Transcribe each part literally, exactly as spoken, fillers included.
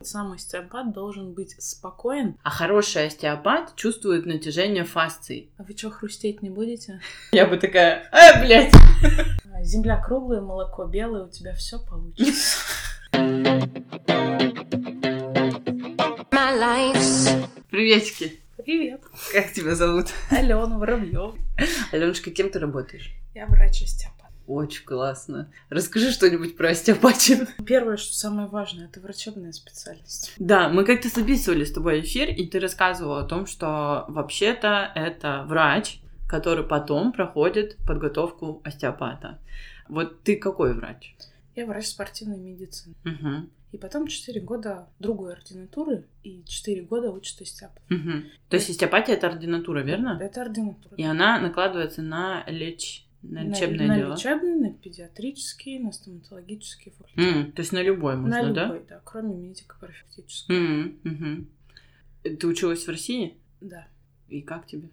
Сам остеопат должен быть спокоен. А хороший остеопат чувствует натяжение фасций. А вы что, хрустеть не будете? Я бы такая, а, блядь! Земля круглая, молоко белое, у тебя все получится. Приветики! Привет! Как тебя зовут? Алена Воробьёва. Аленушка, кем ты работаешь? Я врач-остеопат. Очень классно. Расскажи что-нибудь про остеопатию. Первое, что самое важное, это врачебная специальность. Да, мы как-то записывали с тобой эфир, и ты рассказывала о том, что вообще-то это врач, который потом проходит подготовку остеопата. Вот ты какой врач? Я врач спортивной медицины. Угу. И потом четыре года другой ординатуры и четыре года учат остеопат. Угу. То есть остеопатия — это ординатура, верно? Это ординатура. И она накладывается на леч... на лечебное на, дело? На лечебный, на педиатрический, на стоматологический факультет. Mm, то есть на любой можно, на да? На любой, да, кроме медико-профилактического. Mm, mm-hmm. Ты училась в России? Да. И как тебе?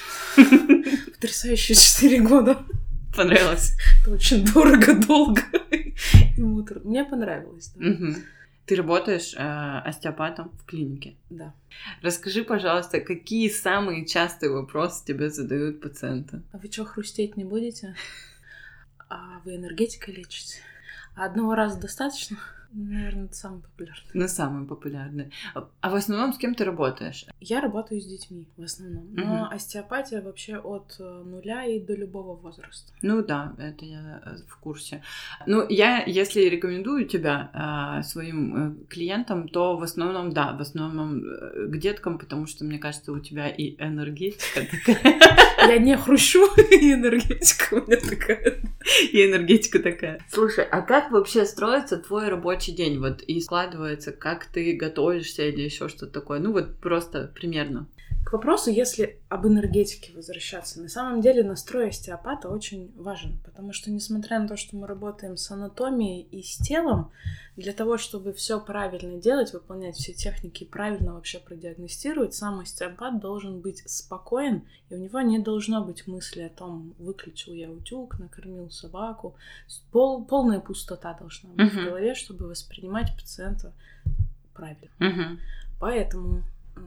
Потрясающие четыре года. Понравилось? Это очень дорого, долго и муторно. Мне понравилось, да. Mm-hmm. Ты работаешь э, остеопатом в клинике? Да. Расскажи, пожалуйста, какие самые частые вопросы тебе задают пациенты? А вы что, хрустеть не будете? А вы энергетикой лечите? А одного раза достаточно? Наверное, это самый популярный. Ну, самый популярный. А в основном с кем ты работаешь? Я работаю с детьми в основном. Но Uh-huh. остеопатия вообще от нуля и до любого возраста. Ну да, это я в курсе. Ну, я, если рекомендую тебя э, своим э, клиентам, то в основном, да, в основном э, к деткам, потому что, мне кажется, у тебя и энергетика такая. Я не хрущу, и энергетика у меня такая. И энергетика такая. Слушай, а как вообще строится твой рабочий день? Вот и складывается, как ты готовишься или еще что-то такое? Ну вот просто примерно. К вопросу, если об энергетике возвращаться, на самом деле настрой остеопата очень важен, потому что, несмотря на то, что мы работаем с анатомией и с телом, для того, чтобы все правильно делать, выполнять все техники и правильно вообще продиагностировать, сам остеопат должен быть спокоен, и у него не должно быть мысли о том, выключил я утюг, накормил собаку. Пол, полная пустота должна быть uh-huh. в голове, чтобы воспринимать пациента правильно. Uh-huh. Поэтому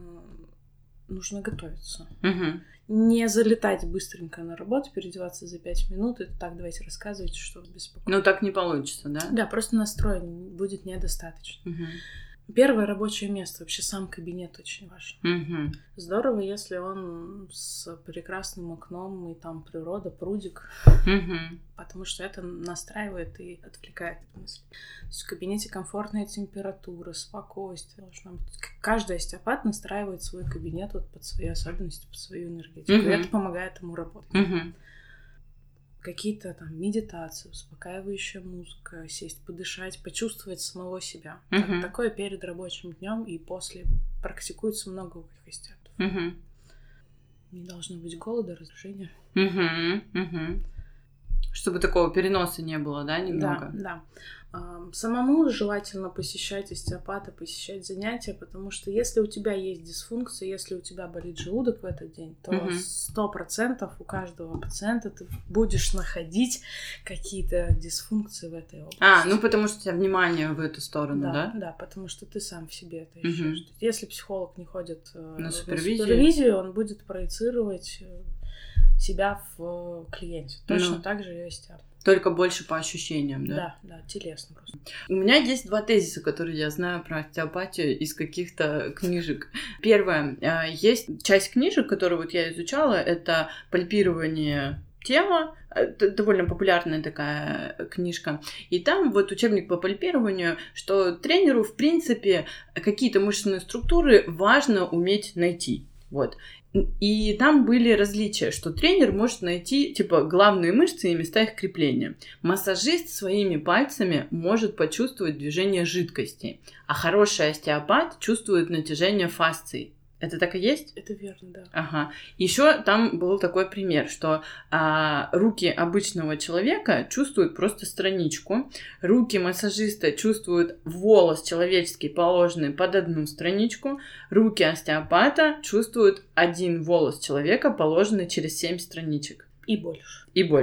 нужно готовиться. Uh-huh. Не залетать быстренько на работу, переодеваться за пять минут и так давайте рассказывайте, что вас беспокоит. Ну, так не получится, да? Да, просто настроя будет недостаточно. Uh-huh. Первое рабочее место, вообще сам кабинет очень важен. Uh-huh. Здорово, если он с прекрасным окном и там природа, прудик, uh-huh. потому что это настраивает и отвлекает от мысли. То есть в кабинете комфортная температура, спокойствие должно быть. Каждый остеопат настраивает свой кабинет вот под свои особенности, под свою энергетику. Uh-huh. И это помогает ему работать. Uh-huh. Какие-то там медитации, успокаивающая музыка, сесть, подышать, почувствовать самого себя. Uh-huh. Такое перед рабочим днем и после практикуется много у остеопатов. Uh-huh. Не должно быть голода, раздражения. Uh-huh. Uh-huh. Чтобы такого переноса не было, да, немного? Да, да. Самому желательно посещать остеопата, посещать занятия, потому что если у тебя есть дисфункция, если у тебя болит желудок в этот день, то сто процентов у каждого пациента ты будешь находить какие-то дисфункции в этой области. А, ну потому что у тебя внимание в эту сторону, да? Да, да, потому что ты сам в себе это ищешь. Угу. Если психолог не ходит на на супервизию, на супервизию, он будет проецировать себя в клиенте. Точно ну. так же и остеопат. Только больше по ощущениям, да? Да, да, телесно просто. У меня есть два тезиса, которые я знаю про остеопатию из каких-то книжек. Первое. Есть часть книжек, которые вот я изучала, это пальпирование тела. Это довольно популярная такая книжка. И там вот учебник по пальпированию, что тренеру, в принципе, какие-то мышечные структуры важно уметь найти. Вот. И там были различия, что тренер может найти, типа, главные мышцы и места их крепления. Массажист своими пальцами может почувствовать движение жидкости, а хороший остеопат чувствует натяжение фасций. Это так и есть? Это верно, да. Ага. Еще там был такой пример, что а, руки обычного человека чувствуют просто страничку, руки массажиста чувствуют волос человеческий, положенный под одну страничку, руки остеопата чувствуют один волос человека, положенный через семь страничек. И больше. И больше.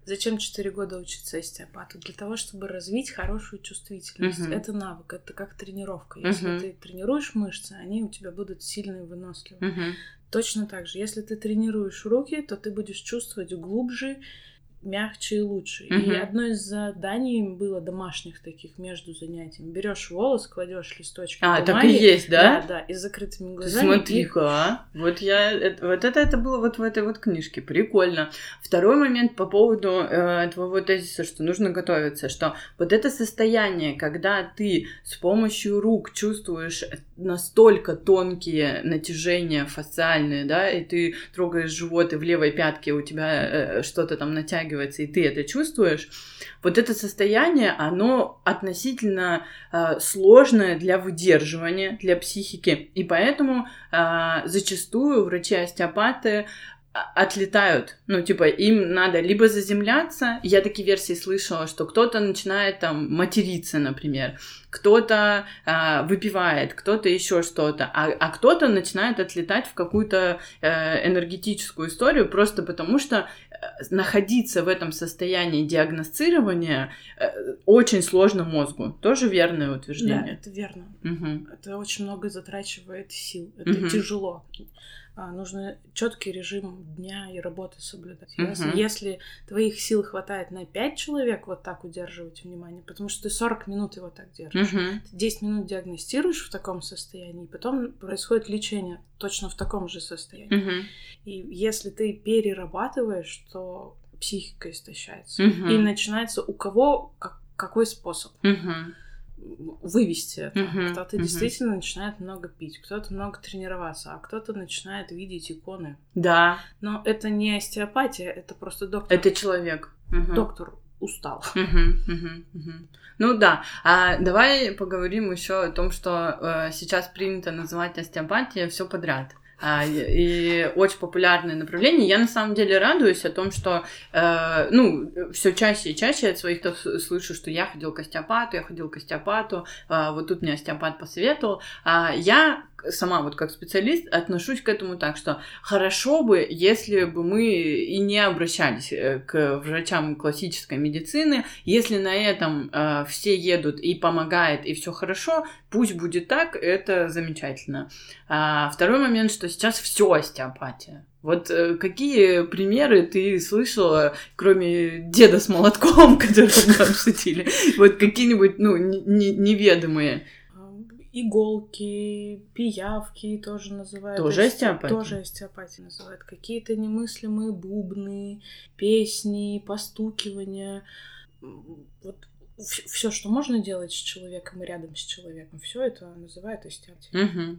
Зачем четыре года учиться остеопату? Для того, чтобы развить хорошую чувствительность. Uh-huh. Это навык, это как тренировка. Если uh-huh. ты тренируешь мышцы, они у тебя будут сильные и выносливые. Uh-huh. Точно так же, если ты тренируешь руки, то ты будешь чувствовать глубже, мягче и лучше. Uh-huh. И одно из заданий было домашних таких между занятиями. Берешь волос, кладешь листочки а, бумаги. Так и есть, да? Да, да, и с закрытыми глазами. Смотри-ка, и... а? Вот я... Это, вот это, это было вот в этой вот книжке. Прикольно. Второй момент по поводу э, твоего тезиса, что нужно готовиться, что вот это состояние, когда ты с помощью рук чувствуешь настолько тонкие натяжения фасциальные, да, и ты трогаешь живот, и в левой пятке у тебя э, что-то там натягивается, и ты это чувствуешь, вот это состояние, оно относительно э, сложное для выдерживания, для психики, и поэтому э, зачастую врачи-остеопаты отлетают, ну, типа, им надо либо заземляться, я такие версии слышала, что кто-то начинает там материться, например, кто-то э, выпивает, кто-то еще что-то, а, а кто-то начинает отлетать в какую-то э, энергетическую историю просто потому, что находиться в этом состоянии диагностирования э, очень сложно мозгу. Тоже верное утверждение? Да, это верно. Угу. Это очень много затрачивает сил. Это угу. тяжело. А, нужно четкий режим дня и работы соблюдать. Uh-huh. Если, если твоих сил хватает на пять человек вот так удерживать внимание, потому что ты сорок минут его так держишь, uh-huh. ты десять минут диагностируешь в таком состоянии, и потом происходит лечение точно в таком же состоянии. Uh-huh. И если ты перерабатываешь, то психика истощается. Uh-huh. И начинается у кого как, какой способ. Uh-huh. вывести это. Uh-huh, кто-то uh-huh. действительно начинает много пить, кто-то много тренироваться, а кто-то начинает видеть иконы. Да. Но это не остеопатия, это просто доктор. Это человек. Uh-huh. Доктор устал. Uh-huh, uh-huh, uh-huh. Ну да. А давай поговорим еще о том, что э, сейчас принято называть остеопатией все подряд. А, и очень популярное направление. Я на самом деле радуюсь о том, что э, ну, все чаще и чаще от своих слышу, что я ходил к остеопату, я ходил к остеопату, э, вот тут мне остеопат посоветовал. А я сама вот как специалист отношусь к этому так, что хорошо бы, если бы мы и не обращались к врачам классической медицины, если на этом э, все едут и помогает, и все хорошо, пусть будет так, это замечательно. А второй момент, что сейчас все остеопатия. Вот э, какие примеры ты слышала, кроме деда с молотком, которого мы обсудили? Вот какие-нибудь, ну, неведомые? Иголки, пиявки тоже называют. Тоже остеопатия? Тоже остеопатия называют. Какие-то немыслимые бубны, песни, постукивания. Вот все, что можно делать с человеком и рядом с человеком, все это называют остеопатией. Угу.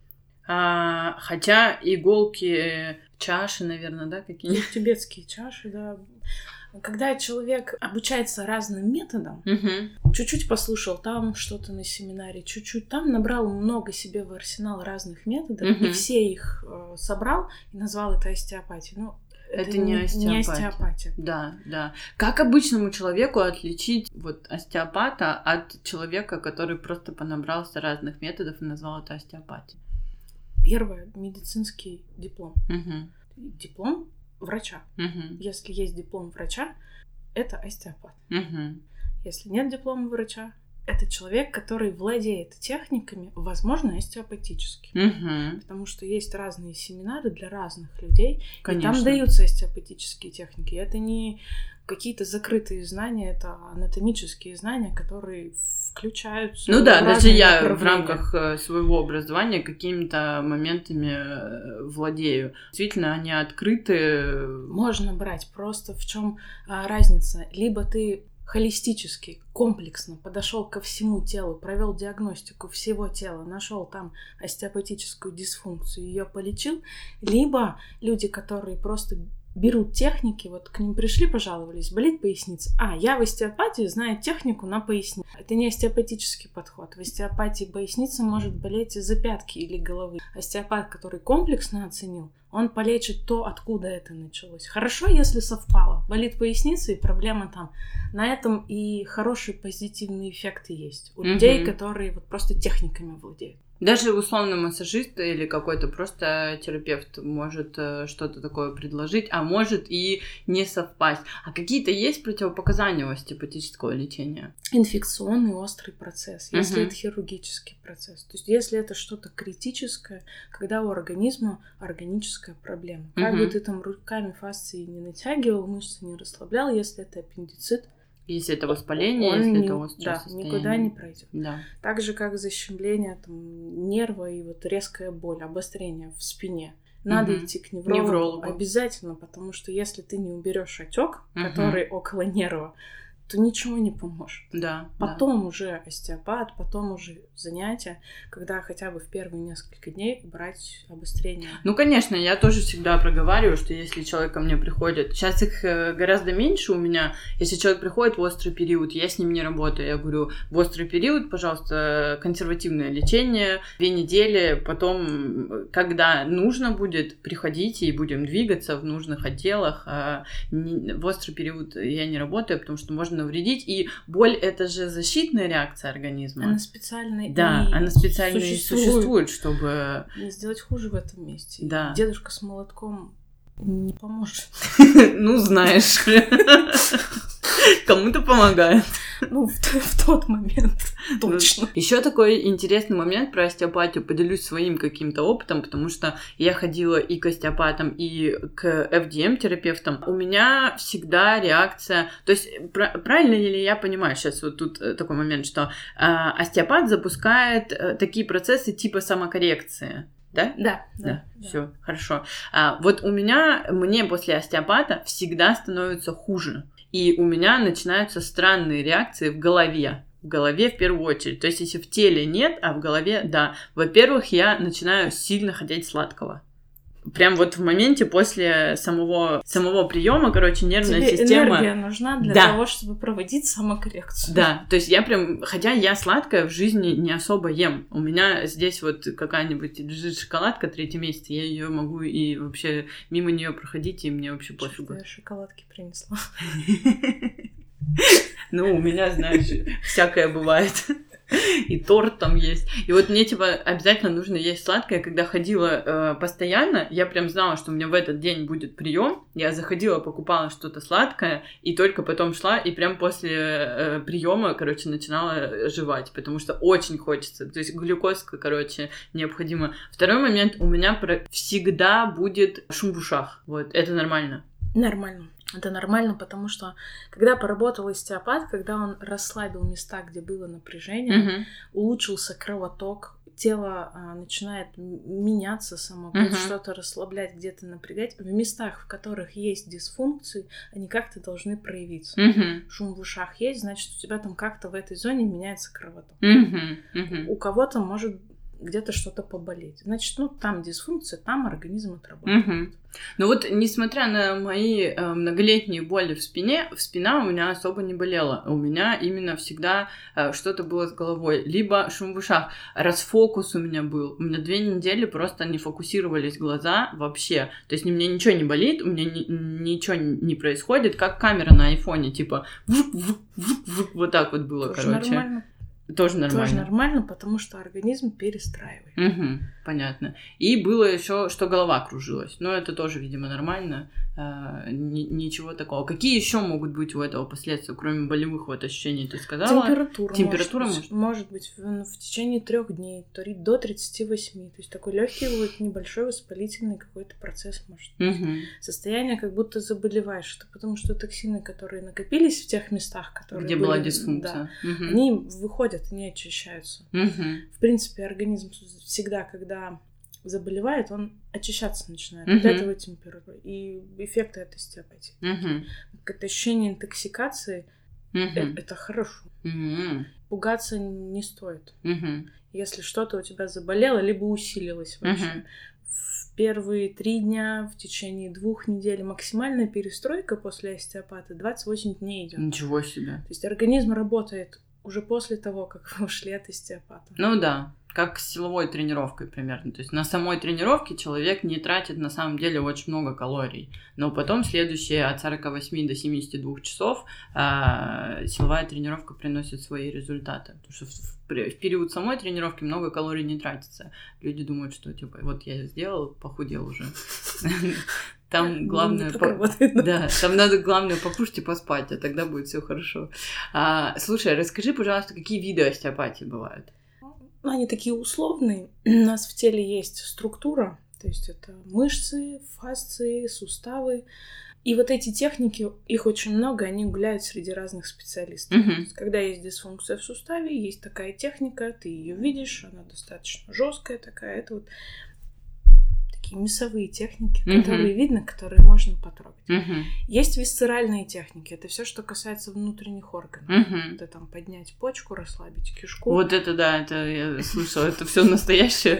А, хотя иголки, чаши, наверное, да, какие-нибудь? Тибетские чаши, да. Когда человек обучается разным методам, угу. чуть-чуть послушал там что-то на семинаре, чуть-чуть там, набрал много себе в арсенал разных методов, угу. и все их э, собрал и назвал это остеопатией. Ну, это, это не, не, остеопатия. не остеопатия. Да, да. Как обычному человеку отличить вот остеопата от человека, который просто понабрался разных методов и назвал это остеопатией? Первое — медицинский диплом. Угу. Диплом врача. Uh-huh. Если есть диплом врача, это остеопат. Uh-huh. Если нет диплома врача, это человек, который владеет техниками, возможно, остеопатически. Uh-huh. Потому что есть разные семинары для разных людей, Конечно. И там даются остеопатические техники. Это не какие-то закрытые знания, это анатомические знания, которые включаются. Ну да, даже я в рамках своего образования какими-то моментами владею. Действительно, они открыты. Можно брать, просто в чем а, разница. Либо ты холистически, комплексно подошел ко всему телу, провел диагностику всего тела, нашел там остеопатическую дисфункцию, ее полечил, либо люди, которые просто берут техники, вот к ним пришли, пожаловались, болит поясница. А, я в остеопатии знаю технику на пояснице. Это не остеопатический подход. В остеопатии поясница может болеть из-за пятки или головы. Остеопат, который комплексно оценил, он Он полечит то, откуда это началось. Хорошо, если совпало. Болит поясница, и проблема там. На этом и хорошие позитивные эффекты есть. У mm-hmm. людей, которые вот просто техниками владеют. Даже условно массажист или какой-то просто терапевт может что-то такое предложить, а может и не совпасть. А какие-то есть противопоказания у остеопатического лечения? Инфекционный острый процесс, если uh-huh. это хирургический процесс. То есть если это что-то критическое, когда у организма органическая проблема. Как uh-huh. бы ты там руками фасции не натягивал, мышцы не расслаблял, если это аппендицит, если это воспаление, он если не, это острое да, состояние. никуда не пройдет. Да. Так же, как защемление там, нерва и вот резкая боль, обострение в спине. Надо угу. идти к неврологу, неврологу обязательно, потому что если ты не уберешь отек, угу. который около нерва, то ничего не поможет. Да, потом да. уже остеопат, потом уже занятия, когда хотя бы в первые несколько дней брать обострение. Ну, конечно, я тоже всегда проговариваю, что если человек ко мне приходит, сейчас их гораздо меньше у меня, если человек приходит в острый период, я с ним не работаю, я говорю, в острый период, пожалуйста, консервативное лечение, две недели, потом, когда нужно будет, приходите и будем двигаться в нужных отделах. В острый период я не работаю, потому что можно навредить, и боль — это же защитная реакция организма. Она специально да, и она специально существует. и существует, чтобы... Не сделать хуже в этом месте. Да. Дедушка с молотком не поможет. Ну, знаешь. Кому-то помогает. Ну, в, в тот момент точно. Еще такой интересный момент про остеопатию. Поделюсь своим каким-то опытом, потому что я ходила и к остеопатам, и к эф ди эм-терапевтам. У меня всегда реакция... То есть, правильно ли я понимаю, сейчас вот тут такой момент, что э, остеопат запускает э, такие процессы типа самокоррекции. Да? Да, да. да. да. Все, хорошо. А, вот у меня, мне после остеопата всегда становится хуже. И у меня начинаются странные реакции в голове. В голове в первую очередь. То есть, если в теле нет, а в голове, да. Во-первых, я начинаю сильно хотеть сладкого. Прям вот в моменте после самого, самого приема, короче, нервная Тебе система... энергия нужна для да. того, чтобы проводить самокоррекцию. Да, то есть я прям... Хотя я сладкое в жизни не особо ем. У меня здесь вот какая-нибудь лежит шоколадка третий месяц, я ее могу и вообще мимо нее проходить, и мне вообще пофигу. Я шоколадки принесла. Ну, у меня, знаешь, всякое бывает. И торт там есть. И вот мне, типа, обязательно нужно есть сладкое. Когда ходила э, постоянно, я прям знала, что у меня в этот день будет прием. Я заходила, покупала что-то сладкое, и только потом шла, и прям после э, приема, короче, начинала жевать, потому что очень хочется. То есть глюкозка, короче, необходима. Второй момент, у меня про... всегда будет шум в ушах. Вот, это нормально. Нормально. Это нормально, потому что когда поработал остеопат, когда он расслабил места, где было напряжение, uh-huh. улучшился кровоток, тело а, начинает меняться само, uh-huh. что-то расслаблять, где-то напрягать. В местах, в которых есть дисфункции, они как-то должны проявиться. Uh-huh. Шум в ушах есть, значит, у тебя там как-то в этой зоне меняется кровоток. Uh-huh. Uh-huh. У кого-то может где-то что-то поболеть. Значит, ну, там дисфункция, там организм отработает. Угу. Ну вот, несмотря на мои э, многолетние боли в спине, в спина у меня особо не болела. У меня именно всегда э, что-то было с головой. Либо шум в ушах. Расфокус у меня был. У меня две недели просто не фокусировались глаза вообще. То есть у меня ничего не болит, у меня ни, ничего не происходит, как камера на айфоне. Типа, вот так вот было, Тоже короче. Нормально. Тоже нормально. Тоже нормально, потому что организм перестраивает. Угу, понятно. И было еще, что голова кружилась. Но это тоже, видимо, нормально. А, ни, ничего такого. Какие еще могут быть у этого последствия, кроме болевых вот ощущений, ты сказала? Температура. Температура может, может быть. Может быть в, в течение трех дней до тридцати восьми. То есть такой легкий вот небольшой воспалительный какой-то процесс может быть. Угу. Состояние, как будто заболеваешь. Это потому что токсины, которые накопились в тех местах, которые где были, была дисфункция, да, угу. они выходят, не очищаются. Угу. В принципе, организм всегда, когда заболевает, он очищаться начинает. Uh-huh. От этого температура. И эффекты от остеопатии. Uh-huh. Как ощущение интоксикации uh-huh. это, это хорошо. Uh-huh. Пугаться не стоит. Uh-huh. Если что-то у тебя заболело, либо усилилось вообще. Uh-huh. В первые три дня, в течение двух недель максимальная перестройка после остеопата двадцать восемь дней идет. Ничего себе. То есть организм работает уже после того, как вы ушли от остеопата. Ну да. как с силовой тренировкой примерно. То есть на самой тренировке человек не тратит на самом деле очень много калорий. Но потом следующие от сорока восьми до семидесяти двух часов э, силовая тренировка приносит свои результаты. Потому что в, в, в период самой тренировки много калорий не тратится. Люди думают, что типа вот я сделал, похудел уже. Там главное, по... работает, да. да, там надо главное покушать и поспать, а тогда будет все хорошо. А, слушай, расскажи, пожалуйста, какие виды остеопатии бывают? Они такие условные. У нас в теле есть структура, то есть это мышцы, фасции, суставы. И вот эти техники, их очень много, они гуляют среди разных специалистов. Uh-huh. То есть, когда есть дисфункция в суставе, есть такая техника, ты ее видишь, она достаточно жесткая такая. Это вот такие мясовые техники, uh-huh. которые видно, которые можно потрогать. Uh-huh. Есть висцеральные техники. Это все, что касается внутренних органов. Uh-huh. Это там поднять почку, расслабить кишку. Вот это да, это я слышала, это все настоящее.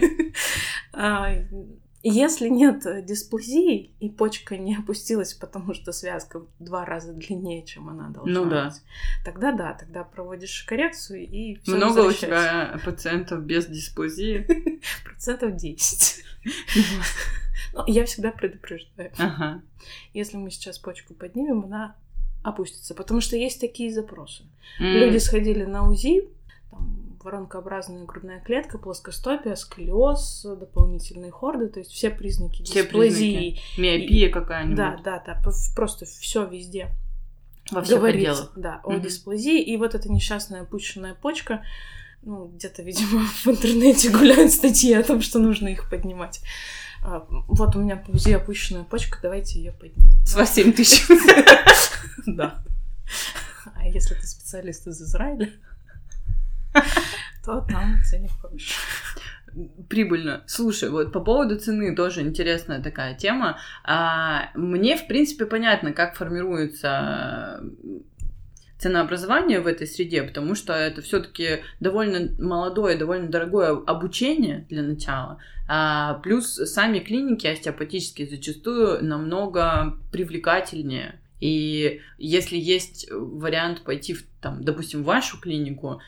Если нет дисплазии и почка не опустилась, потому что связка в два раза длиннее, чем она должна ну, да. быть, тогда да, тогда проводишь коррекцию и всё много у тебя пациентов без дисплазии? Процентов десять. Я всегда предупреждаю. Ага. Если мы сейчас почку поднимем, она опустится, потому что есть такие запросы. Mm. Люди сходили на УЗИ, там, воронкообразная грудная клетка, плоскостопие, сколиоз, дополнительные хорды, то есть все признаки все дисплазии. Признаки. Миопия какая-нибудь. Да, да, да, просто все везде. Во всех говорится, отделах. Да, о mm-hmm. дисплазии. И вот эта несчастная опущенная почка, ну, где-то, видимо, в интернете гуляют статьи о том, что нужно их поднимать. А, вот у меня по УЗИ опущенная почка, давайте ее поднимем. С вас семь тысяч. Да. А если ты специалист из Израиля, то там ценник повыше. Прибыльно. Слушай, вот по поводу цены тоже интересная такая тема. А, мне, в принципе, понятно, как формируется ценообразование в этой среде, потому что это все-таки довольно молодое, довольно дорогое обучение для начала. А, плюс сами клиники остеопатические зачастую намного привлекательнее. И если есть вариант пойти, в, там, допустим, в вашу клинику,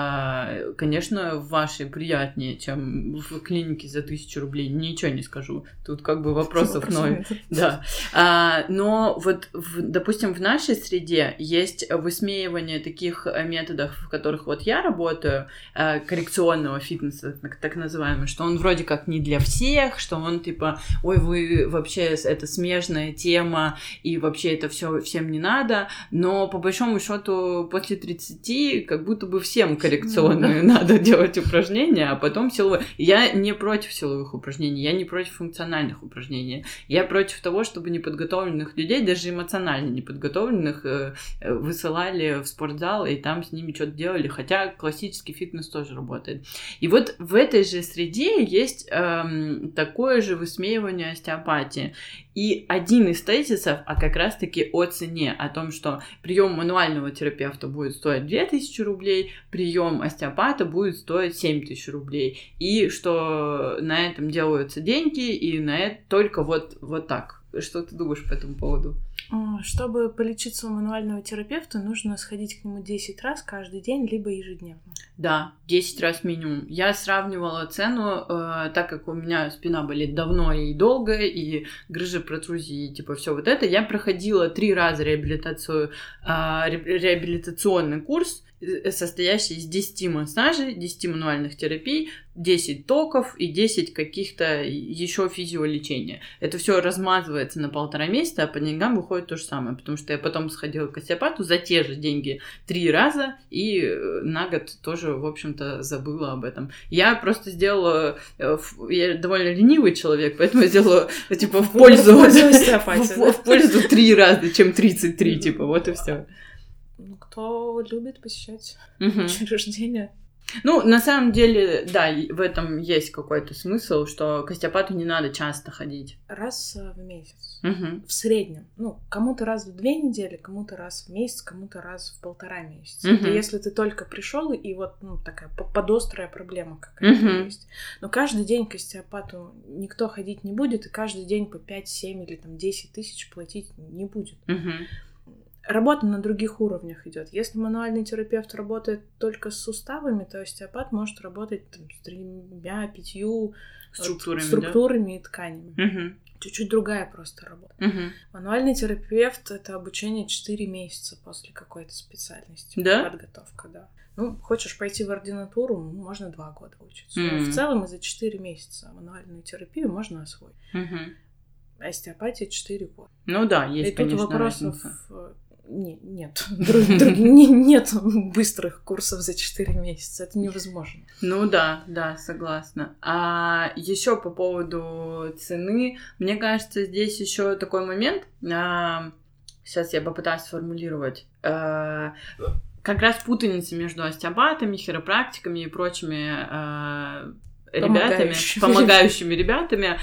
э, конечно, в вашей приятнее, чем в клинике за тысячу рублей. Ничего не скажу. Тут как бы вопросов ноль. Да. А, но вот, в, допустим, в нашей среде есть высмеивание таких методов, в которых вот я работаю, э, коррекционного фитнеса, так называемый, что он вроде как не для всех, что он типа, ой, вы вообще, это смежная тема, и вообще это все всем не надо, но по большому счету после тридцати как будто бы всем коррекционные mm-hmm. надо делать упражнения, а потом силовые. Я не против силовых упражнений, я не против функциональных упражнений. Я против того, чтобы неподготовленных людей, даже эмоционально неподготовленных, высылали в спортзал и там с ними что-то делали, хотя классический фитнес тоже работает. И вот в этой же среде есть эм, такое же высмеивание остеопатии. И один из тезисов, а как раз-таки о цене, о том, что прием мануального терапевта будет стоить две тысячи рублей, прием остеопата будет стоить семь тысяч рублей, и что на этом делаются деньги, и на это только вот, вот так. Что ты думаешь по этому поводу? Чтобы полечиться у мануального терапевта, нужно сходить к нему десять раз каждый день, либо ежедневно. Да, десять раз минимум. Я сравнивала цену, э, так как у меня спина болит давно и долго, и грыжи, протрузии, типа все вот это. Я проходила три раза реабилитацию, э, ре- реабилитационный курс, состоящий из десяти массажей, десяти мануальных терапий, десять токов и десять каких-то еще физиолечения. Это все размазывается на полтора месяца, а по деньгам выходит то же самое, потому что я потом сходила к остеопату за те же деньги три раза и на год тоже, в общем-то, забыла об этом. Я просто сделала... Я довольно ленивый человек, поэтому я сделала, типа, в пользу... В пользу три раза, чем тридцать три, типа, вот и все. Ну, кто любит посещать uh-huh. учреждения. Ну, на самом деле, да, в этом есть какой-то смысл, что к остеопату не надо часто ходить. Раз в месяц. Uh-huh. В среднем. Ну, кому-то раз в две недели, кому-то раз в месяц, кому-то раз в полтора месяца. Uh-huh. Это если ты только пришел и вот, ну, такая подострая проблема какая-то uh-huh. есть. Но каждый день к остеопату никто ходить не будет, и каждый день по пять, семь или там десять тысяч платить не будет. Uh-huh. работа на других уровнях идет. Если мануальный терапевт работает только с суставами, то остеопат может работать там, с тремя, пятью структурами, вот, структурами да? и тканями. Угу. Чуть-чуть другая просто работа. Угу. Мануальный терапевт — это обучение четыре месяца после какой-то специальности. Да? Подготовка, да. Ну, хочешь пойти в ординатуру, можно два года учиться. Mm. Но в целом и за четыре месяца мануальную терапию можно освоить. Mm-hmm. Остеопатия четыре года. Ну да, есть, и конечно, тут вопросов разница. Не, нет. Друг, друг, не, нет быстрых курсов за четыре месяца. Это невозможно. Ну да, да, согласна. А еще по поводу цены, мне кажется, здесь еще такой момент. А, сейчас я попытаюсь сформулировать. А, как раз путаница между остеопатами, хиропрактиками и прочими а, ребятами, помогающими, помогающими ребятами.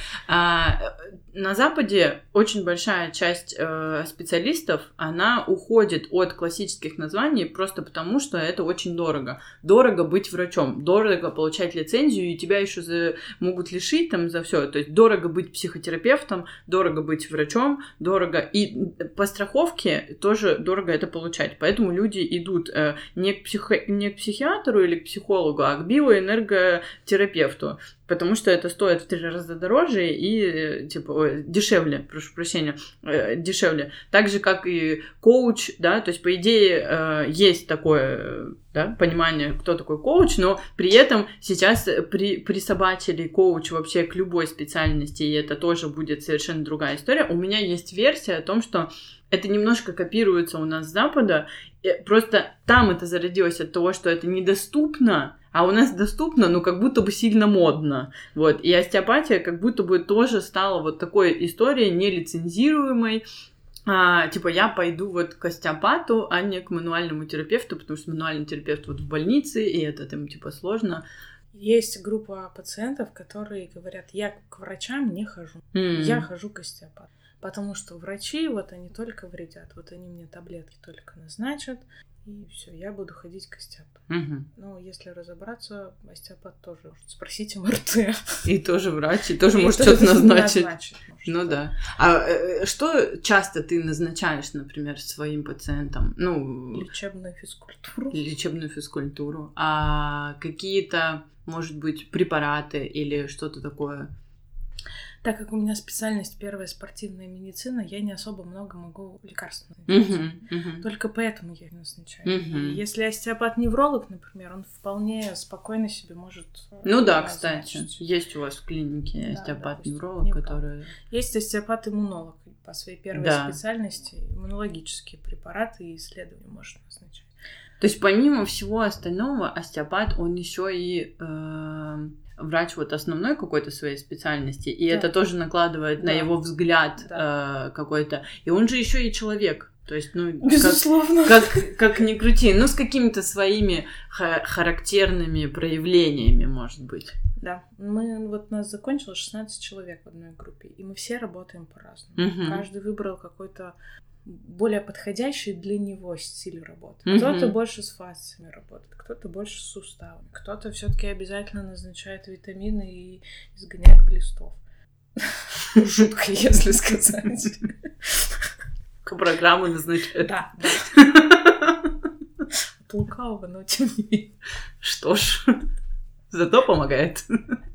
А, на Западе очень большая часть э, специалистов, она уходит от классических названий просто потому, что это очень дорого. Дорого быть врачом, дорого получать лицензию, и тебя еще за... могут лишить там за все. То есть дорого быть психотерапевтом, дорого быть врачом, дорого. И по страховке тоже дорого это получать. Поэтому люди идут э, не, к психо... не к психиатру или к психологу, а к биоэнерготерапевту. Потому что это стоит в три раза дороже и, типа, дешевле, прошу прощения, дешевле. Так же, как и коуч, да, то есть, по идее, есть такое, да, понимание, кто такой коуч, но при этом сейчас при, присобачили коуч вообще к любой специальности, и это тоже будет совершенно другая история. У меня есть версия о том, что это немножко копируется у нас с Запада, просто там это зародилось от того, что это недоступно, а у нас доступно, ну, как будто бы сильно модно. Вот. И остеопатия как будто бы тоже стала вот такой историей нелицензируемой. А, типа, я пойду вот к остеопату, а не к мануальному терапевту, потому что мануальный терапевт вот в больнице, и это там, типа, сложно. Есть группа пациентов, которые говорят, я к врачам не хожу, mm. я хожу к остеопату. Потому что врачи, вот они только вредят, вот они мне таблетки только назначат, и все, я буду ходить к остеопату. Угу. Но если разобраться, остеопат тоже может спросить эм эр тэ. И тоже врач, и тоже и может что-то назначить. назначить может, ну да. А э, что часто ты назначаешь, например, своим пациентам? Ну, лечебную физкультуру. Лечебную физкультуру. А какие-то, может быть, препараты или что-то такое? Так как у меня специальность первая спортивная медицина, я не особо много могу лекарств назначать. Uh-huh, uh-huh. Только поэтому я их назначаю. Uh-huh. Если остеопат-невролог, например, он вполне спокойно себе может... Ну да, кстати. Есть у вас в клинике да, остеопат-невролог, да, который... Есть остеопат-иммунолог по своей первой да. специальности. Иммунологические препараты и исследования может назначать. То есть помимо всего остального, остеопат, он еще и... Э- врач вот основной какой-то своей специальности, и да. это тоже накладывает да. на его взгляд да. э, какой-то. И он же еще и человек. То есть, ну, безусловно. Как, как, как ни крути, ну, с какими-то своими ха- характерными проявлениями, может быть. Да. Мы, вот нас закончилось шестнадцать человек в одной группе, и мы все работаем по-разному. Угу. Каждый выбрал какой-то более подходящий для него стиль работы. Mm-hmm. Кто-то больше с фасциями работает, кто-то больше с суставами, кто-то все-таки обязательно назначает витамины и изгоняет глистов. Жутко, если сказать. Программы назначают. Да, да. От лукавого, но тем не менее. Что ж, зато помогает.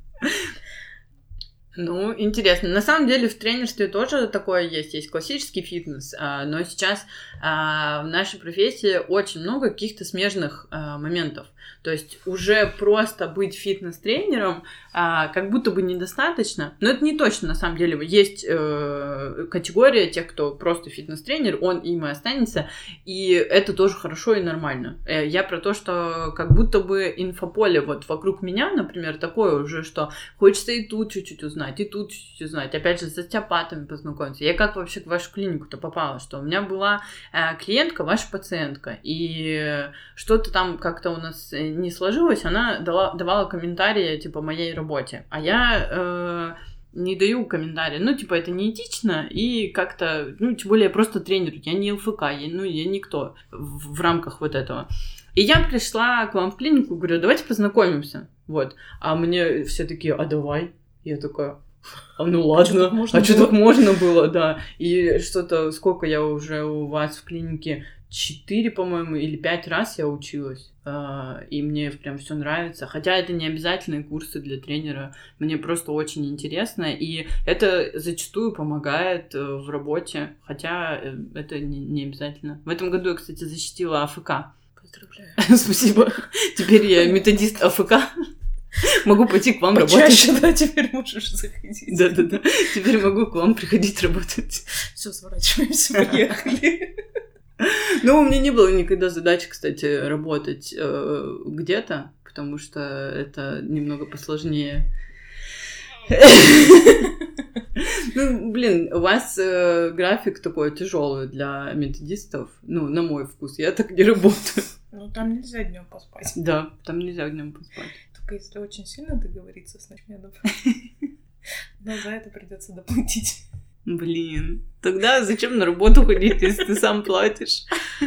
Ну, интересно. На самом деле в тренерстве тоже такое есть. Есть классический фитнес, но сейчас в нашей профессии очень много каких-то смежных моментов. То есть уже просто быть фитнес-тренером как будто бы недостаточно. Но это не точно, на самом деле. Есть категория тех, кто просто фитнес-тренер, он им и останется. И это тоже хорошо и нормально. Я про то, что как будто бы инфополе вот вокруг меня, например, такое уже, что хочется и тут чуть-чуть узнать, и тут чуть-чуть узнать. Опять же, с остеопатами познакомиться. Я как вообще в вашу клинику-то попала? Что у меня была клиентка, ваша пациентка, и что-то там как-то у нас не сложилось, она дала, давала комментарии, типа, моей работе. А я э, не даю комментарии. Ну, типа, это неэтично, и как-то, ну, тем более, я просто тренер, я не эл эф ка, я, ну, я никто в, в рамках вот этого. И я пришла к вам в клинику, говорю, давайте познакомимся. Вот. А мне все такие, а давай. Я такая, А ну ладно, а что так можно было, да. И что-то, сколько я уже у вас в клинике, четыре, по-моему, или пять раз я училась. И мне прям все нравится. Хотя это не обязательные курсы для тренера. Мне просто очень интересно. И это зачастую помогает в работе. Хотя это не, не обязательно. В этом году я, кстати, защитила АФК. Поздравляю. Спасибо. Теперь я методист АФК. Могу пойти к вам Почаще, работать. Да, теперь можешь заходить. Да-да-да. Теперь могу к вам приходить работать. Все, сворачиваемся, поехали. Ну, у меня не было никогда задачи, кстати, работать э, где-то, потому что это немного посложнее. Ну, блин, у вас э, график такой тяжелый для методистов. Ну, на мой вкус, я так не работаю. Ну, там нельзя днем поспать. Да, там нельзя днем поспать. Только если очень сильно договориться с начмедом. Но за это придется доплатить. Блин, тогда зачем на работу ходить, если ты сам платишь?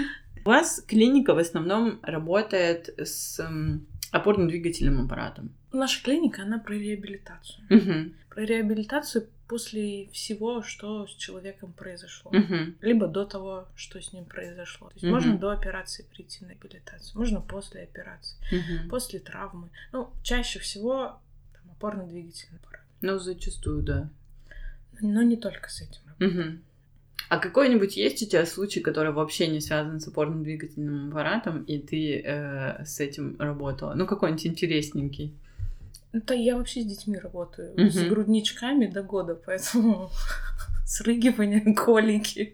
У вас клиника в основном работает с опорно-двигательным аппаратом. Наша клиника, она про реабилитацию. Угу. Про реабилитацию после всего, что с человеком произошло. Угу. Либо до того, что с ним произошло. То есть Угу. можно до операции прийти на реабилитацию, можно после операции, Угу. после травмы. Ну, чаще всего там, опорно-двигательный аппарат. Ну, зачастую, да. Но не только с этим. Угу. А какой-нибудь есть у тебя случай, который вообще не связан с опорно-двигательным аппаратом, и ты э, с этим работала? Ну, какой-нибудь интересненький. Это я вообще с детьми работаю. Угу. С грудничками до года, поэтому срыгивание, колики,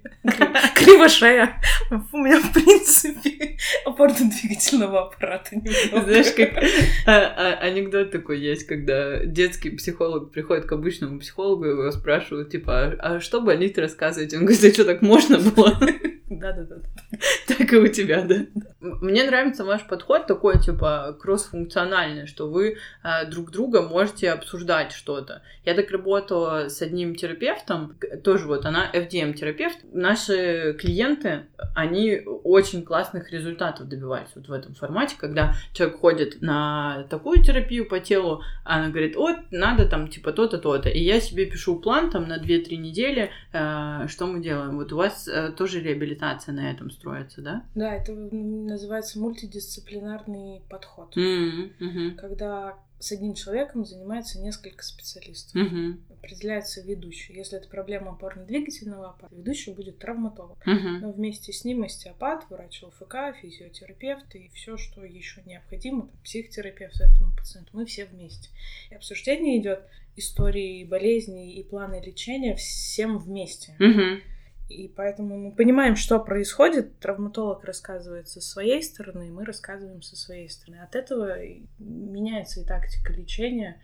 кривошея. У меня, в принципе, опорно-двигательного аппарата немного. Знаешь, как а, а, анекдот такой есть, когда детский психолог приходит к обычному психологу, и его спрашивают, типа, а, а что болит, рассказывать? Он говорит, а что, так можно было? Да-да-да. Так и у тебя, да? Мне нравится ваш подход такой, типа, кросс-функциональный, что вы а, друг друга можете обсуждать что-то. Я так работала с одним терапевтом, тоже вот она эф ди эм-терапевт. Наши клиенты, они очень классных результатов добивались вот в этом формате, когда человек ходит на такую терапию по телу, она говорит, вот, надо там, типа, то-то, то-то. И я себе пишу план там на две-три недели, э, что мы делаем. Вот у вас э, тоже реабилитация на этом строится, да? Да, это называется мультидисциплинарный подход. Mm-hmm. Mm-hmm. Когда с одним человеком занимается несколько специалистов. Mm-hmm. Определяется ведущий. Если это проблема опорно-двигательного аппарата, ведущий будет травматолог. Mm-hmm. Но вместе с ним остеопат, врач ЛФК, физиотерапевт и все, что еще необходимо, там, психотерапевт этому пациенту. Мы все вместе. И обсуждение идет истории болезней и планы лечения всем вместе. Mm-hmm. И поэтому мы понимаем, что происходит. Травматолог рассказывает со своей стороны, и мы рассказываем со своей стороны. От этого меняется и тактика лечения,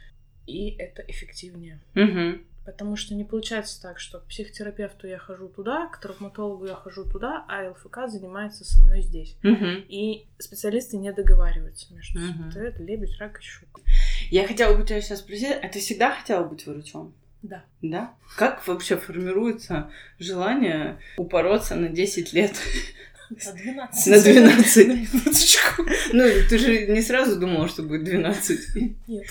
и это эффективнее. Угу. Потому что не получается так, что к психотерапевту я хожу туда, к травматологу я хожу туда, а ЛФК занимается со мной здесь. Угу. И специалисты не договариваются между собой. Угу. Это лебедь, рак и щука. Я хотела бы тебя сейчас спросить, а ты всегда хотела быть врачом? Да. Да? Как вообще формируется желание упороться на десять лет? На двенадцать. На двенадцать. На минуточку. Ну, ты же не сразу думала, что будет двенадцать. Нет.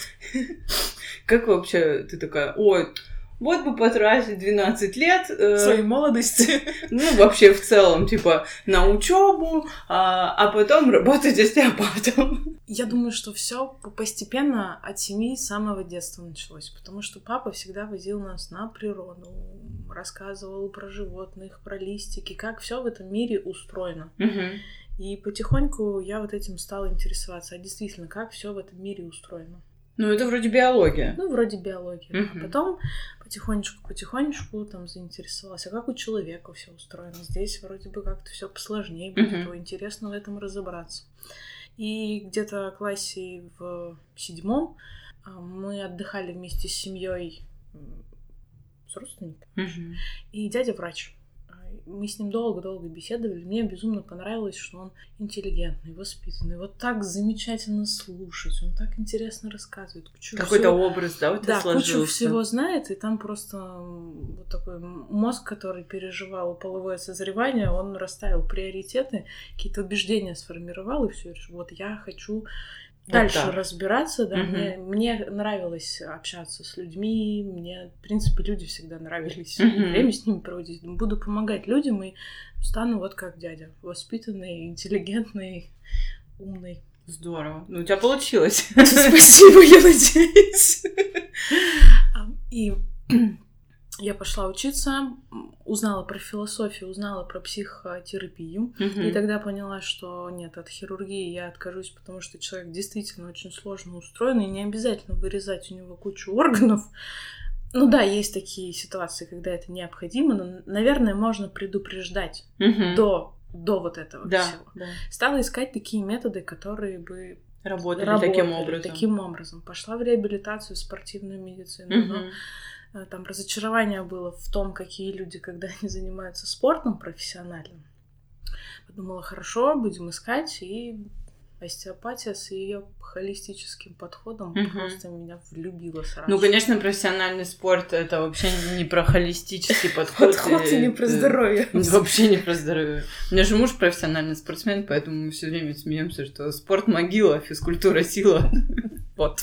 Как вообще ты такая, ой, вот бы потратить двенадцать лет... Э, своей молодости. Ну, вообще в целом, типа, на учебу, а, а потом работать остеопатом. Я думаю, что все постепенно от семьи с самого детства началось, потому что папа всегда возил нас на природу, рассказывал про животных, про листики, как все в этом мире устроено. Угу. И потихоньку я вот этим стала интересоваться, а действительно, как все в этом мире устроено. Ну, это вроде биология. Ну, вроде биология. Uh-huh. А потом потихонечку-потихонечку там заинтересовалась, а как у человека все устроено. Здесь вроде бы как-то все посложнее будет, uh-huh. интересно в этом разобраться. И где-то в классе в седьмом мы отдыхали вместе с семьей с родственниками. Uh-huh. И дядя врач. Мы с ним долго-долго беседовали. Мне безумно понравилось, что он интеллигентный, воспитанный. Вот так замечательно слушать. Он так интересно рассказывает. Кучу Какой-то всего... образ, да, у тебя да, сложился? Да, кучу всего знает. И там просто вот такой мозг, который переживал половое созревание, он расставил приоритеты, какие-то убеждения сформировал, и все. Вот я хочу дальше вот разбираться, да, угу. мне, мне нравилось общаться с людьми, мне, в принципе, люди всегда нравились, угу. время с ними проводить. Буду помогать людям и стану вот как дядя, воспитанный, интеллигентный, умный. Здорово. Ну, у тебя получилось. Спасибо, я надеюсь. И я пошла учиться, узнала про философию, узнала про психотерапию. Uh-huh. И тогда поняла, что нет, от хирургии я откажусь, потому что человек действительно очень сложно устроен, и не обязательно вырезать у него кучу органов. Ну да, есть такие ситуации, когда это необходимо, но, наверное, можно предупреждать uh-huh. до, до вот этого да, всего. Да. Стала искать такие методы, которые бы работали, работали таким образом. таким образом. Пошла в реабилитацию, в спортивную медицину. Uh-huh. Но там разочарование было в том, какие люди, когда они занимаются спортом профессиональным. Подумала, хорошо, будем искать, и остеопатия с ее холистическим подходом uh-huh. просто меня влюбила сразу. Ну, конечно, профессиональный спорт — это вообще не про холистический подход. Подход и не про здоровье. Вообще не про здоровье. У меня же муж профессиональный спортсмен, поэтому мы все время смеемся, что спорт — могила, физкультура — сила. Вот.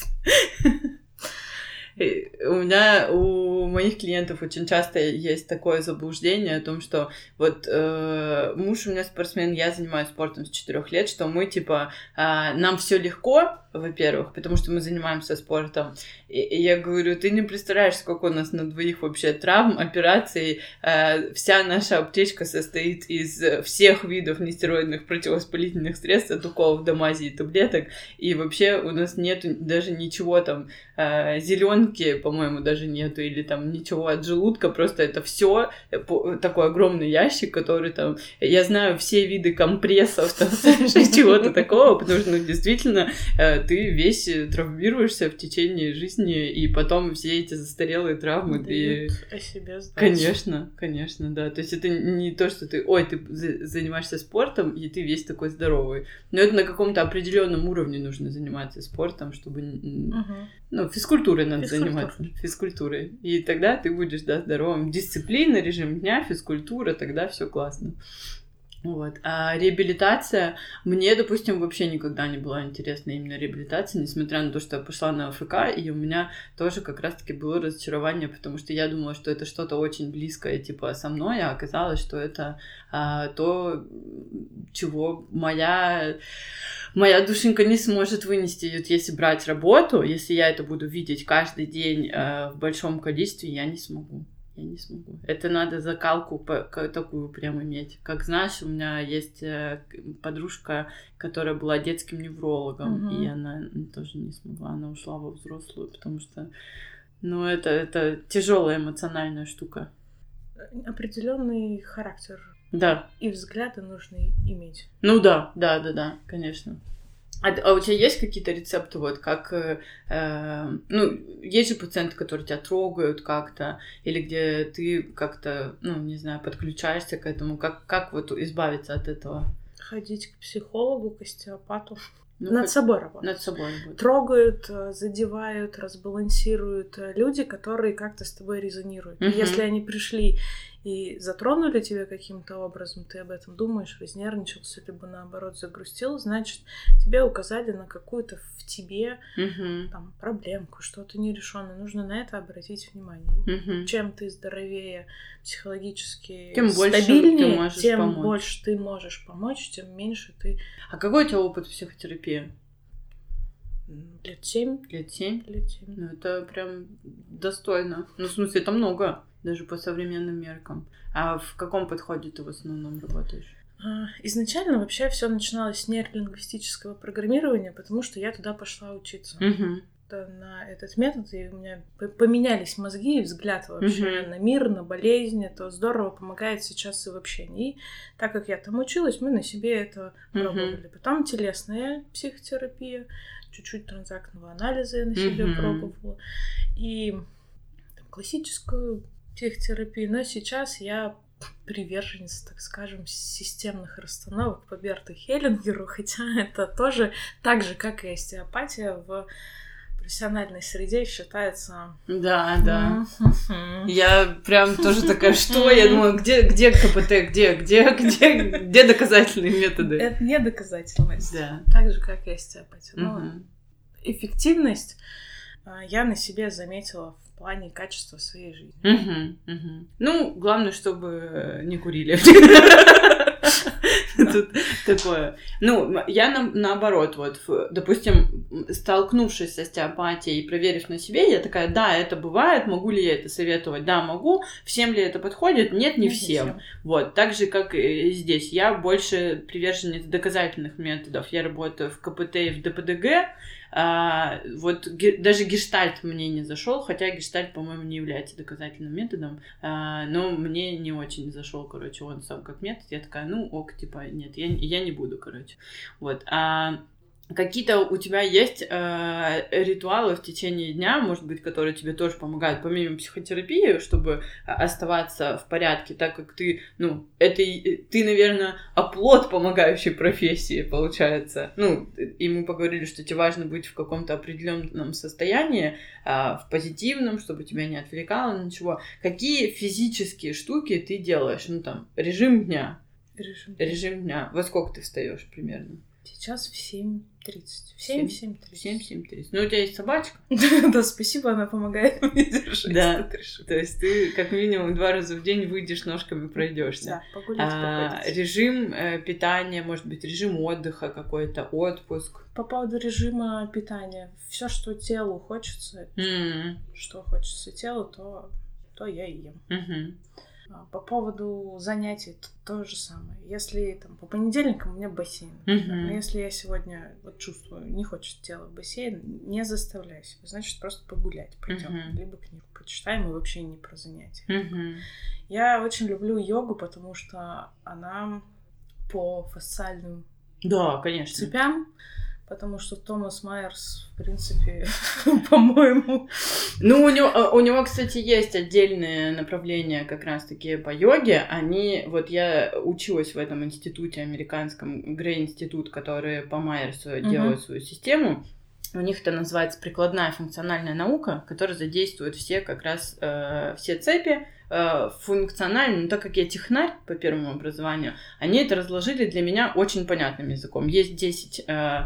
У меня, у моих клиентов очень часто есть такое заблуждение о том, что вот э, муж у меня спортсмен, я занимаюсь спортом с четырёх лет, что мы типа э, нам все легко, во-первых, потому что мы занимаемся спортом. И, и я говорю, ты не представляешь, сколько у нас на двоих вообще травм, операций. Э, вся наша аптечка состоит из всех видов нестероидных противовоспалительных средств, от уколов до мазей и таблеток. И вообще у нас нету даже ничего там, э, зеленки, по-моему, даже нету, или там ничего от желудка, просто это все такой огромный ящик, который там... Я знаю все виды компрессов, там, чего-то такого, потому что, ну, действительно, ты весь травмируешься в течение жизни, и потом все эти застарелые травмы ты... о себе знать. Конечно, конечно, да. То есть это не то, что ты, ой, ты занимаешься спортом, и ты весь такой здоровый. Но это на каком-то определенном уровне нужно заниматься спортом, чтобы... Угу. Ну, физкультурой надо Физкультура. заниматься. Физкультурой. И тогда ты будешь, да, здоровым. Дисциплина, режим дня, физкультура, тогда все классно. Вот. А реабилитация, мне, допустим, вообще никогда не была интересна именно реабилитация, несмотря на то, что я пошла на АФК, и у меня тоже как раз-таки было разочарование, потому что я думала, что это что-то очень близкое, типа, со мной, а оказалось, что это а, то, чего моя... моя душенька не сможет вынести. Вот если брать работу, если я это буду видеть каждый день э, в большом количестве, я не смогу. Я не смогу. Это надо закалку по, такую прям иметь. Как знаешь, у меня есть подружка, которая была детским неврологом, uh-huh. и она тоже не смогла. Она ушла во взрослую, потому что, ну, это, это тяжелая эмоциональная штука. Определенный характер. Да. И взгляды нужно иметь. Ну да, да, да, да, конечно. А, а у тебя есть какие-то рецепты, вот, как, э, ну, есть же пациенты, которые тебя трогают как-то, или где ты как-то, ну, не знаю, подключаешься к этому, как, как вот избавиться от этого? Ходить к психологу, к остеопату. Ну, над хоть... собой работать. Над собой работать. Трогают, задевают, разбалансируют люди, которые как-то с тобой резонируют. Uh-huh. Если они пришли и затронули тебя каким-то образом, ты об этом думаешь, разнервничался, либо наоборот загрустил, значит, тебе указали на какую-то в тебе uh-huh. там, проблемку, что-то нерешенное. Нужно на это обратить внимание. Uh-huh. Чем ты здоровее психологически, тем стабильнее, ты можешь тем помочь. больше ты можешь помочь, тем меньше ты... А какой у тебя опыт психотерапии? Лет семь. Лет семь? Лет семь. Ну, это прям достойно. Ну, в смысле, это много, даже по современным меркам. А в каком подходе ты в основном работаешь? Изначально вообще все начиналось с нейролингвистического программирования, потому что я туда пошла учиться. Uh-huh. На этот метод, и у меня поменялись мозги и взгляд вообще uh-huh. на мир, на болезни. Это здорово помогает сейчас и в общении. И так как я там училась, мы на себе это пробовали. Uh-huh. Потом телесная психотерапия, чуть-чуть транзактного анализа я на себе uh-huh. пробовала. И там, классическую психотерапию. Но сейчас я приверженец, так скажем, системных расстановок по Берту Хеллингеру, хотя это тоже так же, как и остеопатия, в профессиональной среде считается... Да, да. Mm-hmm. Я прям тоже такая, что? Я думаю, где, где КПТ, где, где, где, где доказательные методы? Это не доказательность. Да. Так же, как и остеопатия. Mm-hmm. эффективность я на себе заметила в плане качества своей жизни. Угу, угу. Ну, главное, чтобы не курили. Тут такое. Ну, я на, наоборот, вот, допустим, столкнувшись с остеопатией и проверив на себе, я такая, да, это бывает, могу ли я это советовать? Да, могу. Всем ли это подходит? Нет, не, не всем. всем. Вот, так же, как и здесь. Я больше приверженец доказательных методов. Я работаю в ка пэ тэ и в дэ пэ дэ гэ. А, вот ге, даже гештальт мне не зашел, хотя гештальт, по-моему, не является доказательным методом, а, но мне не очень зашел, короче, он сам как метод. Я такая, ну ок, типа, нет, я, я не буду, короче. Вот. А какие-то у тебя есть э, ритуалы в течение дня, может быть, которые тебе тоже помогают, помимо психотерапии, чтобы оставаться в порядке, так как ты, ну, это ты, наверное, оплот помогающей профессии, получается. Ну, и мы поговорили, что тебе важно быть в каком-то определенном состоянии, э, в позитивном, чтобы тебя не отвлекало на ничего. Какие физические штуки ты делаешь? Ну, там, режим дня. Режим, режим дня. Во сколько ты встаешь примерно? Сейчас в семь тридцать. В семь семь тридцать. семь семь тридцать. Ну, у тебя есть собачка? Да, спасибо, она помогает мне держать. Да, то есть ты как минимум два раза в день выйдешь, ножками пройдешься. Да, погулять, походить. Режим питания, может быть, режим отдыха какой-то, отпуск. По поводу режима питания. Все, что телу хочется, что хочется телу, то то я и ем. По поводу занятий то же самое. Если там по понедельникам у меня бассейн, uh-huh. но если я сегодня вот чувствую, не хочет тело в бассейн, не заставляй себя, значит, просто погулять пойдем, uh-huh. либо книгу почитаем, и вообще не про занятия. Uh-huh. Я очень люблю йогу, потому что она по фасциальным да, конечно. цепям. Потому что Томас Майерс, в принципе, по-моему... Ну, у него, у него, кстати, есть отдельные направления как раз-таки по йоге. Они... Вот я училась в этом институте американском, Грей-институт, который по Майерсу uh-huh. делает свою систему. У них это называется прикладная функциональная наука, которая задействует все как раз э, все цепи э, функционально. Но так как я технарь по первому образованию, они это разложили для меня очень понятным языком. Есть десять... Э,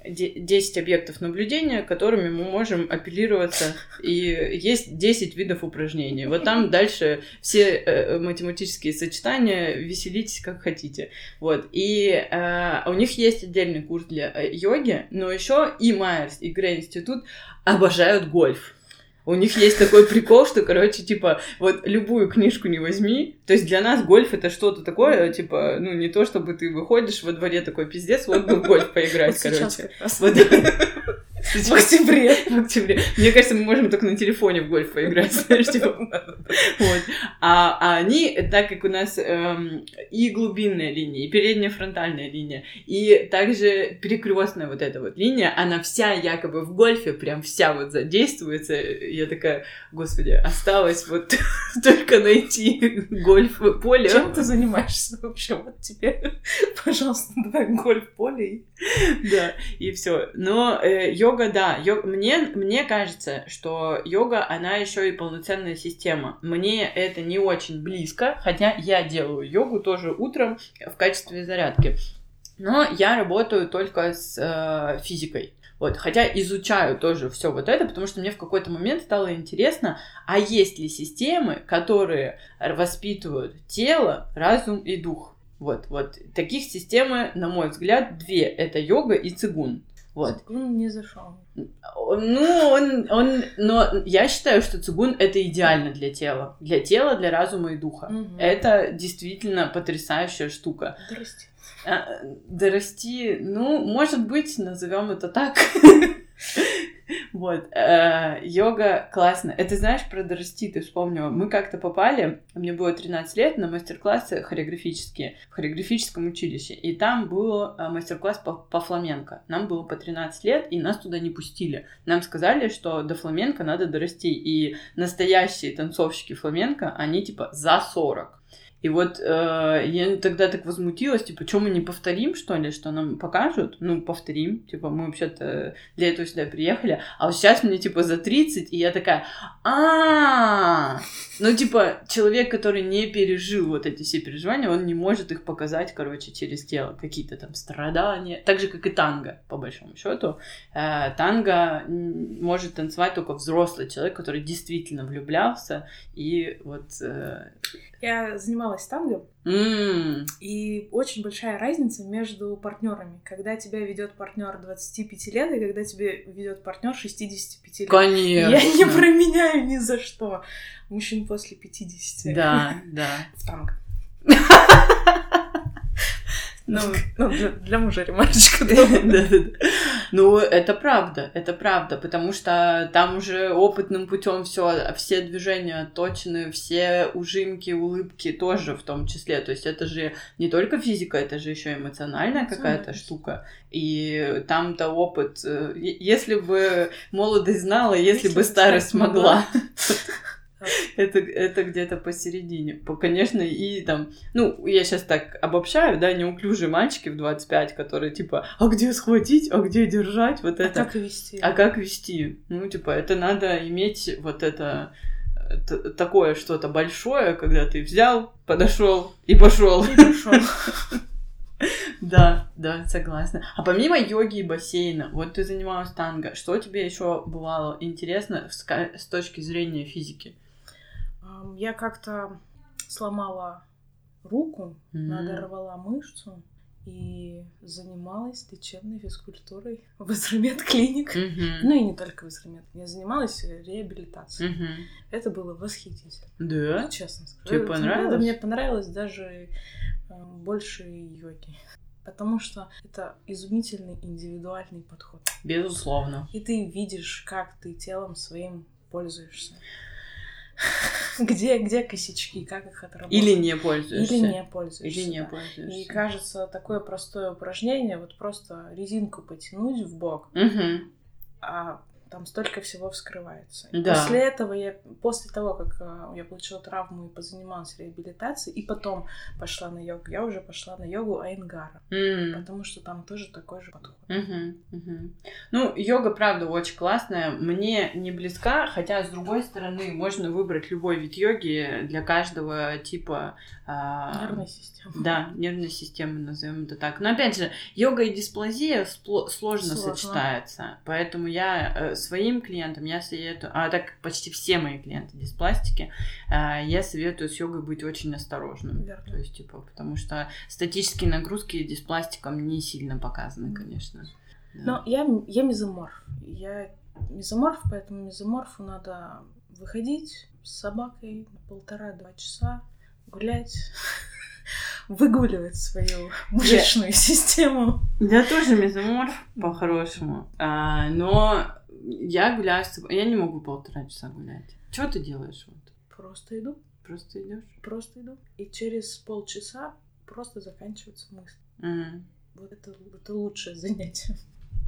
десять объектов наблюдения, которыми мы можем апеллироваться, и есть десять видов упражнений. Вот там дальше все э, математические сочетания, веселитесь как хотите. Вот. И э, у них есть отдельный курс для э, йоги, но еще и Майерс, и Грей-институт обожают гольф. У них есть такой прикол, что, короче, типа, вот любую книжку не возьми. То есть для нас гольф это что-то такое, типа, ну, не то, чтобы ты выходишь во дворе такой пиздец, вот бы в гольф поиграть, короче. В октябре. В октябре. Мне кажется, мы можем только на телефоне в гольф поиграть, знаешь, типа. Вот. А, а они, так как у нас эм, и глубинная линия, и передняя фронтальная линия, и также перекрестная вот эта вот линия, она вся якобы в гольфе, прям вся вот задействуется. Я такая, господи, осталось вот только найти гольф-поле. Чем ты занимаешься вообще? Вот тебе, пожалуйста, давай гольф-поле. Да, и все. Но э, йога, да, йог... мне, мне кажется, что йога, она еще и полноценная система. Мне это не очень близко, хотя я делаю йогу тоже утром в качестве зарядки. Но я работаю только с э, физикой. Вот, хотя изучаю тоже все вот это, потому что мне в какой-то момент стало интересно, а есть ли системы, которые воспитывают тело, разум и дух. Вот, вот. Таких систем, на мой взгляд, две. Это йога и цигун. Вот. Цигун не зашел. Ну, он, он... Но я считаю, что цигун — это идеально для тела. Для тела, для разума и духа. Угу. Это действительно потрясающая штука. Дорасти. А, дорасти, ну, может быть, назовем это так. Вот, э, йога классно. Это знаешь, про дорасти ты вспомнила. Мы как-то попали, мне было тринадцать лет, на мастер-классы хореографические в хореографическом училище. И там был мастер-класс по, по фламенко. Нам было по тринадцать лет, и нас туда не пустили. Нам сказали, что до фламенко надо дорасти. И настоящие танцовщики фламенко, они типа за сорок. И вот э, я тогда так возмутилась, типа, что мы не повторим, что ли, что нам покажут? Ну, повторим, типа, мы вообще-то для этого сюда приехали. А вот сейчас мне, типа, за тридцать, и я такая, а ну, типа, человек, который не пережил вот эти все переживания, он не может их показать, короче, через тело. Какие-то там страдания. Так же, как и танго, по большому счету. Э, танго может танцевать только взрослый человек, который действительно влюблялся. И вот... Э... Я занималась танго, mm. и очень большая разница между партнерами, когда тебя ведет партнер двадцати пяти лет и когда тебя ведет партнер шестидесяти пяти лет. Конечно. Я не променяю ни за что мужчин после пятидесяти. Да, да. В танго. Ну, для, для мужа ремарочка. Ну, это правда, это правда, потому что там уже опытным путем все, все движения отточены, все ужимки, улыбки тоже в том числе. То есть это же не только физика, это же еще эмоциональная какая-то штука. И там-то опыт, если бы молодость знала, если бы старость могла. Это, это где-то посередине. Конечно, и там... Ну, я сейчас так обобщаю, да, неуклюжие мальчики в двадцать пять, которые типа, а где схватить, а где держать, вот это... А как вести? А как вести? Ну, типа, это надо иметь вот это... т- такое что-то большое, когда ты взял, подошел и пошел. И пошел. Да, да, согласна. А помимо йоги и бассейна, вот ты занималась танго, что тебе еще бывало интересно с точки зрения физики? Я как-то сломала руку, Mm. надорвала мышцу и занималась лечебной физкультурой в Израмет клиник. Mm-hmm. Ну и не только в Израмет. Я занималась реабилитацией. Mm-hmm. Это было восхитительно. Да? Честно скажу. Тебе Это- понравилось? Это мне понравилось даже э, больше йоги. Потому что это изумительный индивидуальный подход. Безусловно. И ты видишь, как ты телом своим пользуешься. Где, где косячки, как их отработать. Или не пользуешься. Или не пользуешься. Или не да. пользуешься. И кажется, такое простое упражнение, вот просто резинку потянуть в бок, Мгм. а там столько всего вскрывается. И Да. После этого я, после того, как э, я получила травму и позанималась реабилитацией, и потом пошла на йогу, я уже пошла на йогу Айенгара, М. потому что там тоже такой же подход. Мгм, мгм. Ну, йога, правда, очень классная. Мне не близка, хотя, с другой стороны, можно выбрать любой вид йоги для каждого типа... а, Нервная система. Да, нервной системы, назовем это так. Но, опять же, йога и дисплазия спло- сложно, Сложно. сочетаются. Поэтому я э, своим клиентам, я советую... А так почти все мои клиенты диспластики, э, я советую с йогой быть очень осторожным. Верно. То есть, типа, потому что статические нагрузки диспластиком не сильно показаны, конечно. Да. Но я, я мезоморф. Я мезоморф, поэтому мезоморфу надо выходить с собакой на полтора-два часа, гулять, выгуливать свою мышечную систему. Я тоже мезоморф, по-хорошему. А, но я гуляю с собой. Я не могу полтора часа гулять. Что ты делаешь? Вот? Просто иду, Просто идешь? просто иду. И через полчаса просто заканчивается мысль. Мгм. Вот это, это лучшее занятие.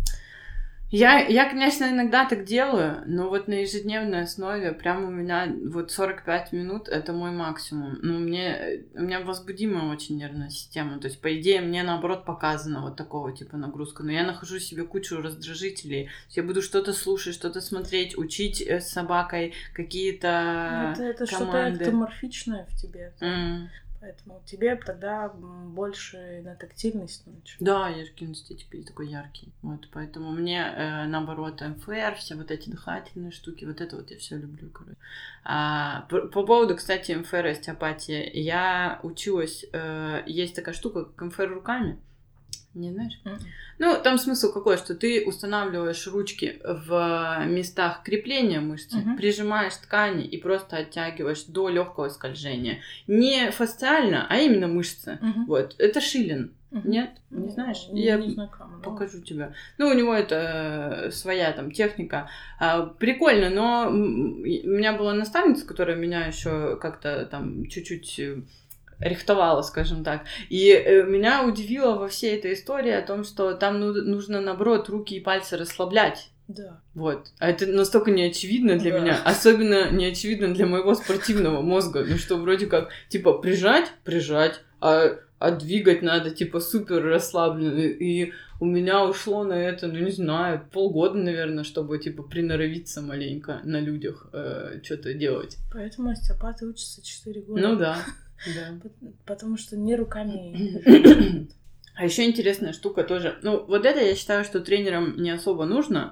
Я, я, конечно, иногда так делаю, но вот на ежедневной основе прям у меня вот сорок пять минут — это мой максимум. Ну, мне, у меня возбудимая очень нервная система. То есть, по идее, мне, наоборот, показана вот такого типа нагрузка. Но я нахожу себе кучу раздражителей. То есть я буду что-то слушать, что-то смотреть, учить э, с собакой какие-то это это что-то команды. эктоморфичное в тебе. М. Поэтому тебе тогда м, больше на тактильность научу. Да, я же кинестетик такой яркий. Вот, поэтому мне, э, наоборот, эм эф эр, все вот эти дыхательные штуки, вот это вот я все люблю, короче. А, по, по поводу, кстати, эм эф эр и остеопатии, я училась, э, есть такая штука, как эм эф эр руками. Не знаешь? Мгм. Ну, там смысл какой, что ты устанавливаешь ручки в местах крепления мышцы, Мгм. прижимаешь ткани и просто оттягиваешь до легкого скольжения. Не фасциально, а именно мышцы. Мгм. Вот. Это Шиллин. Мгм. Нет? Не Ну, знаешь? Не, Я не знакома, но- покажу тебе. Ну, у него это э, своя там техника. А, прикольно, но м, и- у меня была наставница, которая меня еще как-то там чуть-чуть э, рихтовала, скажем так. И э, меня удивило во всей этой истории о том, что там ну- нужно, наоборот, руки и пальцы расслаблять. Да. Вот. А это настолько неочевидно для Да. меня. Особенно неочевидно для моего спортивного мозга. Ну что, вроде как, типа, прижать, прижать, а, а двигать надо, типа, супер расслабленно. И у меня ушло на это, ну, не знаю, полгода, наверное, чтобы, типа, приноровиться маленько на людях, э, что-то делать. Поэтому остеопаты учатся четыре года. Ну да, да. Потому что не руками. А еще интересная штука тоже. Ну, вот это я считаю, что тренерам не особо нужно.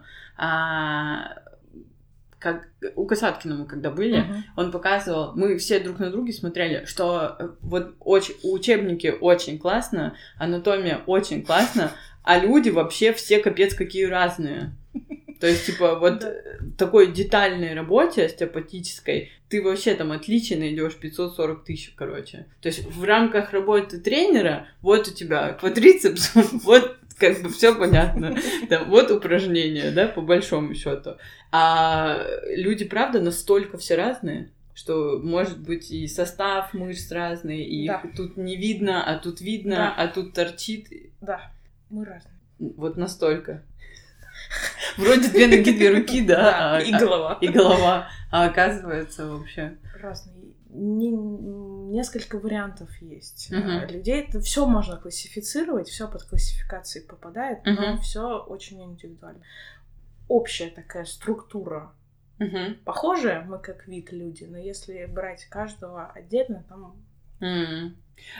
А, как у Касаткина мы когда были, uh-huh. он показывал, мы все друг на друге смотрели, что вот очень, учебники очень классно, анатомия очень классно, а люди вообще все капец какие разные. То есть, типа, вот да. такой детальной работе остеопатической ты вообще там отличие найдешь пятьсот сорок тысяч, короче. То есть, в рамках работы тренера вот у тебя квадрицепс, вот как бы все понятно. Там, вот упражнения, да, по большому счету. А люди, правда, настолько все разные, что может быть и состав мышц разный, и да. их тут не видно, а тут видно, да. а тут торчит. Да, мы разные. Вот настолько. Вроде две ноги, две руки, да, да а, и голова. И голова. А оказывается вообще... Разные. Не, несколько вариантов есть. Uh-huh. Людей это все можно классифицировать, все под классификацией попадает, но uh-huh. все очень индивидуально. Общая такая структура uh-huh. похожая, мы как вид люди, но если брать каждого отдельно, там... Mm.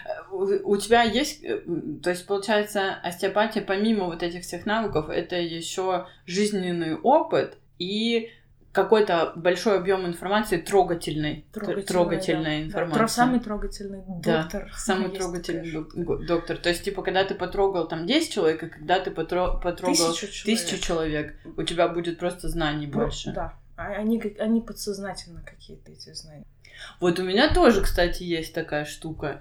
У тебя есть, то есть, получается, остеопатия, помимо вот этих всех навыков, это еще жизненный опыт и какой-то большой объем информации трогательной, трогательная, трогательная да. информация. Да, самый трогательный доктор. Да, самый трогательный док- доктор. То есть, типа, когда ты потрогал там десять человек, и когда ты потро- потрогал тысячу человек. тысячу человек, у тебя будет просто знаний Про- больше. Да, они, они подсознательно какие-то эти знания. Вот у меня тоже, кстати, есть такая штука.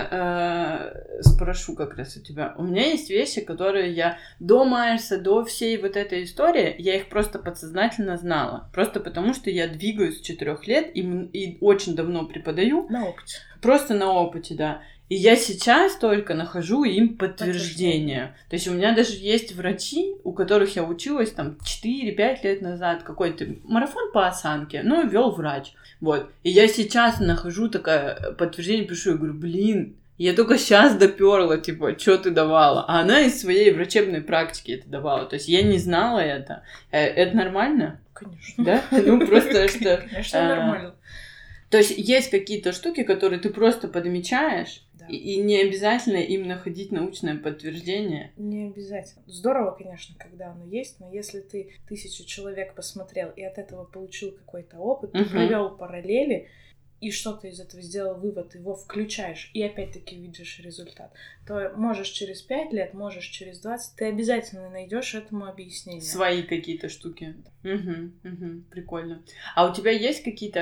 Я э, спрошу как раз у тебя. У меня есть вещи, которые я до Майерса, до всей вот этой истории, я их просто подсознательно знала. Просто потому, что я двигаюсь с четырёх лет и, и очень давно преподаю. На опыте. Просто на опыте, да. И я сейчас только нахожу им подтверждение. То есть у меня даже есть врачи, у которых я училась там четыре-пять лет назад, какой-то марафон по осанке, ну, вел врач. Вот. И я сейчас нахожу такое подтверждение, пишу, я говорю, блин, я только сейчас доперла, типа, что ты давала. А она из своей врачебной практики это давала. То есть я не знала это. Это нормально? Конечно. Да? Ну, просто что... Конечно, нормально. То есть есть какие-то штуки, которые ты просто подмечаешь, да. и, и не обязательно им находить научное подтверждение. Не обязательно. Здорово, конечно, когда оно есть, но если ты тысячу человек посмотрел и от этого получил какой-то опыт, uh-huh. ты провел параллели, и что-то из этого сделал вывод, его включаешь, и опять-таки видишь результат, то можешь через пять лет, можешь через двадцать, ты обязательно найдешь этому объяснение. Свои какие-то штуки. Угу, угу, прикольно. А у тебя есть какие-то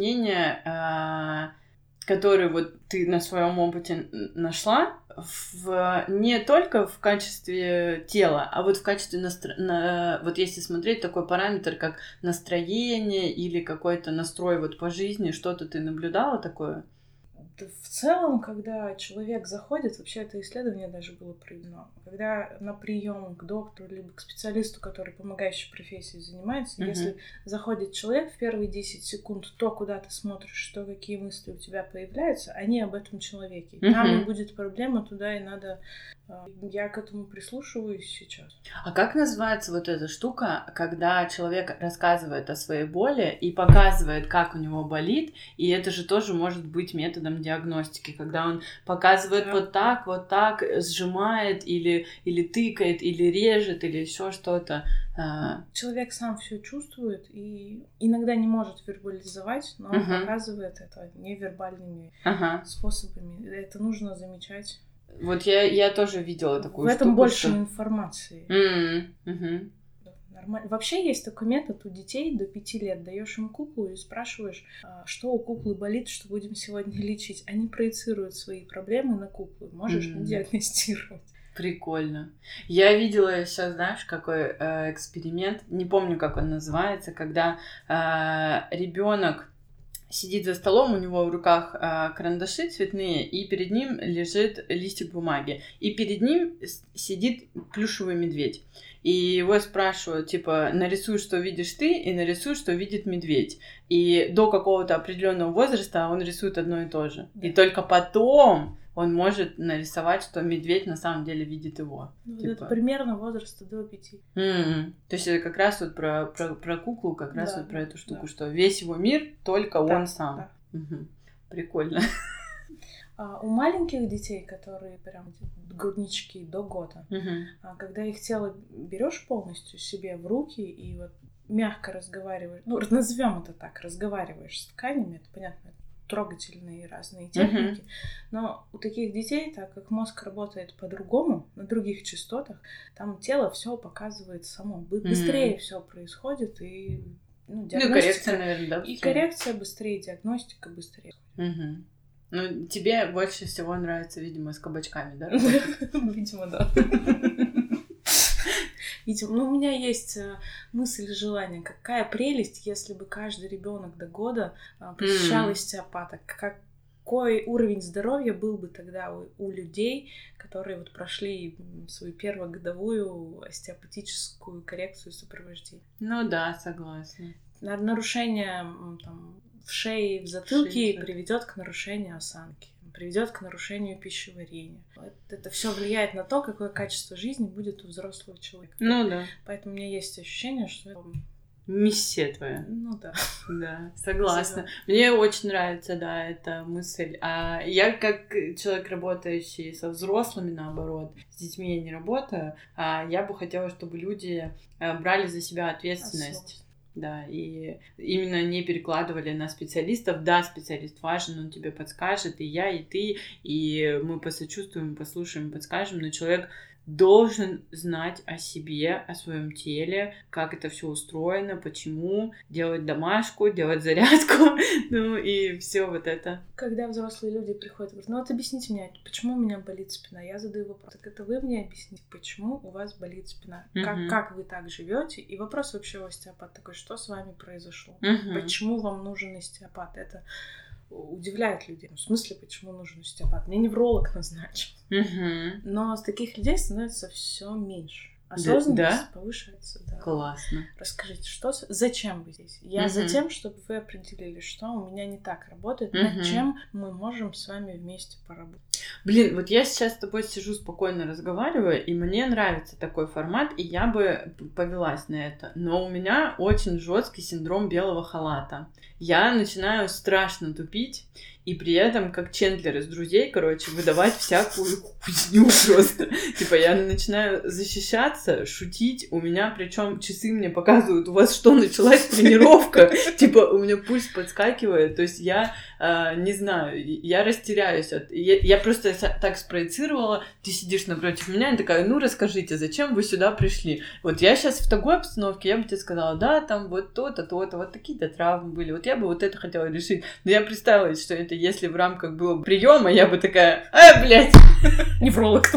объяснения, которые вот ты на своем опыте нашла, в, не только в качестве тела, а вот в качестве настро... на... вот если смотреть такой параметр, как настроение или какой-то настрой вот по жизни, что-то ты наблюдала такое? В целом, когда человек заходит, вообще это исследование даже было проведено, когда на прием к доктору либо к специалисту, который помогающей профессией занимается, uh-huh. если заходит человек в первые десять секунд, то, куда ты смотришь, то, какие мысли у тебя появляются, они об этом человеке. Uh-huh. Там и будет проблема, туда и надо... Я к этому прислушиваюсь сейчас. А как называется вот эта штука, когда человек рассказывает о своей боли и показывает, как у него болит, и это же тоже может быть методом диагностики, когда он показывает да. вот так, вот так, сжимает или, или тыкает, или режет, или еще что-то. Человек сам все чувствует и иногда не может вербализовать, но uh-huh. показывает это невербальными uh-huh. способами. Это нужно замечать. Вот я, я тоже видела такую штуку. В этом штуку, больше что... информации. Mm-hmm. Mm-hmm. Нормально. Вообще есть такой метод у детей до пяти лет. Даешь им куклу и спрашиваешь, что у куклы болит, что будем сегодня лечить. Они проецируют свои проблемы на куклу. Можешь mm-hmm. диагностировать. Прикольно. Я видела сейчас, знаешь, какой э, эксперимент, не помню, как он называется, когда э, ребенок сидит за столом, у него в руках э, карандаши цветные, и перед ним лежит листик бумаги. И перед ним сидит плюшевый медведь. И его спрашивают, типа, нарисуй, что видишь ты, и нарисуй, что видит медведь. И до какого-то определенного возраста он рисует одно и то же. Да. И только потом он может нарисовать, что медведь на самом деле видит его. Ну, типа. Это примерно возраста до пяти. Mm-hmm. То есть это как раз вот про, про, про куклу, как раз да, вот про эту штуку, да. что весь его мир только да, он сам. Да. Угу. Прикольно. А у маленьких детей, которые прям груднички до года, угу. когда их тело берешь полностью себе в руки и вот мягко разговариваешь, ну, назовем это так, разговариваешь с тканями, это понятно, трогательные разные техники, uh-huh. но у таких детей, так как мозг работает по-другому, на других частотах, там тело все показывает само, быстрее uh-huh. все происходит, и ну, диагностика... Ну, коррекция, наверное, да? И коррекция быстрее, диагностика быстрее. Uh-huh. Ну, тебе больше всего нравится, видимо, с кабачками, да? Видимо, да. Видимо, ну, у меня есть мысль и желание, какая прелесть, если бы каждый ребенок до года посещал остеопата, какой уровень здоровья был бы тогда у, у людей, которые вот прошли свою первогодовую остеопатическую коррекцию и сопровождение. Ну да, согласна. Нарушение там, в шее, в затылке Шея. приведет к нарушению осанки, приведет к нарушению пищеварения. Это, это все влияет на то, какое качество жизни будет у взрослого человека. Ну да. Поэтому у меня есть ощущение, что это... Миссия твоя. Ну да. Да, согласна. Мне очень нравится, да, эта мысль. А я как человек, работающий со взрослыми, наоборот, с детьми я не работаю, а я бы хотела, чтобы люди брали за себя ответственность. Да, и именно не перекладывали на специалистов. Да, специалист важен, он тебе подскажет, и я, и ты, и мы посочувствуем, послушаем, подскажем, но человек должен знать о себе, о своем теле, как это все устроено, почему, делать домашку, делать зарядку, ну и все вот это. Когда взрослые люди приходят и говорят, ну вот объясните мне, почему у меня болит спина? Я задаю вопрос, так это вы мне объясните, почему у вас болит спина? Uh-huh. Как, как вы так живете? И вопрос вообще у остеопата такой, что с вами произошло? Uh-huh. Почему вам нужен остеопат? Это удивляет людей. В смысле, почему нужен остеопат? Мне невролог назначил. Uh-huh. Но с таких людей становится все меньше. Осознанность да? повышается. Да. Классно. Расскажите, что, зачем вы здесь? Я uh-huh. за тем, чтобы вы определили, что у меня не так работает, uh-huh. над чем мы можем с вами вместе поработать. Блин, вот я сейчас с тобой сижу, спокойно разговариваю, и мне нравится такой формат, и я бы повелась на это. Но у меня очень жесткий синдром белого халата. Я начинаю страшно тупить, и при этом, как Чендлер из «Друзей», короче, выдавать всякую хуйню просто. Типа, я начинаю защищаться, шутить. У меня, причем часы мне показывают, у вас что, началась тренировка? Типа, у меня пульс подскакивает. То есть я, э, не знаю, я растеряюсь. От... Я, я просто так спроецировала. Ты сидишь напротив меня и такая, ну, расскажите, зачем вы сюда пришли? Вот я сейчас в такой обстановке, я бы тебе сказала, да, там вот то-то, то-то, вот такие-то травмы были. Вот я бы вот это хотела решить. Но я представила, что это если в рамках было приема, я бы такая, а, блядь, невролог.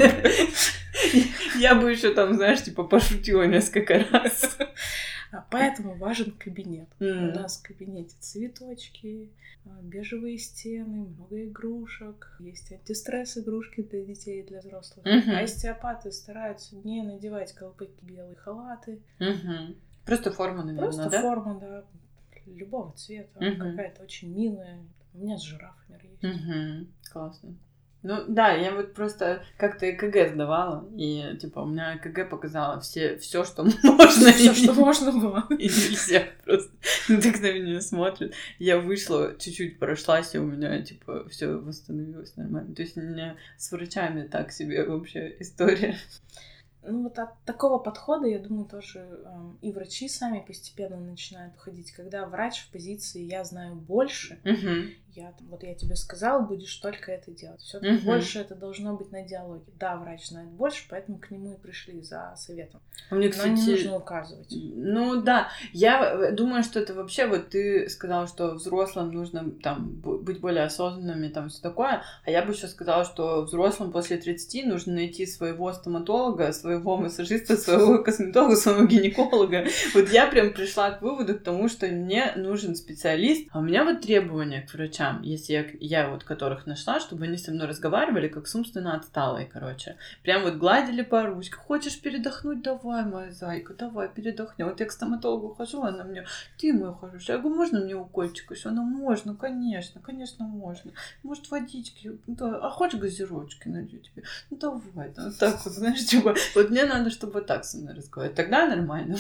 Я бы еще там, знаешь, типа пошутила несколько раз. Поэтому важен кабинет. У нас в кабинете цветочки, бежевые стены, много игрушек. Есть антистресс игрушки для детей и для взрослых. А остеопаты стараются не надевать колпаки, белые халаты. Просто форма, наверное, да? Просто форма, да. Любого цвета. Какая-то очень милая. У меня с жирафами есть. Угу, классно. Ну да, я вот просто как-то ЭКГ сдавала, и типа у меня ЭКГ показало все, все, что можно. Все, что можно было. И нельзя просто. Ну так на меня смотрят. Я вышла, чуть-чуть прошлась, и у меня типа все восстановилось нормально. То есть у меня с врачами так себе вообще история. Ну вот от такого подхода, я думаю, тоже э, и врачи сами постепенно начинают уходить. Когда врач в позиции «я знаю больше», uh-huh. я, вот я тебе сказала, будешь только это делать. Все-таки Мгм. больше это должно быть на диалоге. Да, врач знает больше, поэтому к нему и пришли за советом. У меня, Но не кстати, нужно указывать. ну да, я думаю, что это вообще, вот ты сказала, что взрослым нужно там бу- быть более осознанными, там все такое, а я бы еще сказала, что взрослым после тридцати нужно найти своего стоматолога, своего массажиста, своего косметолога, своего гинеколога. Вот я прям пришла к выводу к тому, что мне нужен специалист, а у меня вот требования к врачам, если я, я вот которых нашла, чтобы они со мной разговаривали как с умственно отсталой, короче. Прям вот гладили по ручке. Хочешь передохнуть? Давай, моя зайка, давай, передохни. Вот я к стоматологу хожу, она мне, ты мой хороший. Я говорю, можно мне укольчик еще? Она, можно, конечно, конечно, можно. Может, водички? Да. А хочешь газировочки найду тебе? Ну, давай. Вот так вот, знаешь, типа, вот мне надо, чтобы вот так со мной разговаривать. Тогда нормально.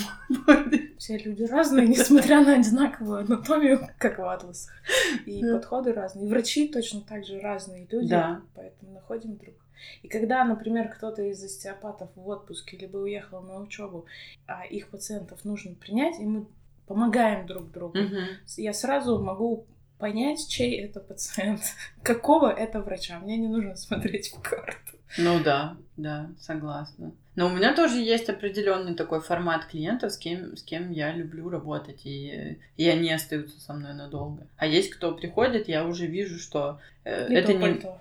Все люди разные, несмотря на одинаковую анатомию, как в атласах. И Да. подходы разные. И врачи точно так же разные люди, Да. поэтому находим друг. И когда, например, кто-то из остеопатов в отпуске либо уехал на учебу, а их пациентов нужно принять, и мы помогаем друг другу, Мгм. я сразу могу понять, чей это пациент, какого это врача. Мне не нужно смотреть в карту. Ну да, да, согласна. Но у меня тоже есть определенный такой формат клиентов, с кем, с кем я люблю работать, и, и они остаются со мной надолго. А есть кто приходит, я уже вижу, что э, Не это то не... пальто.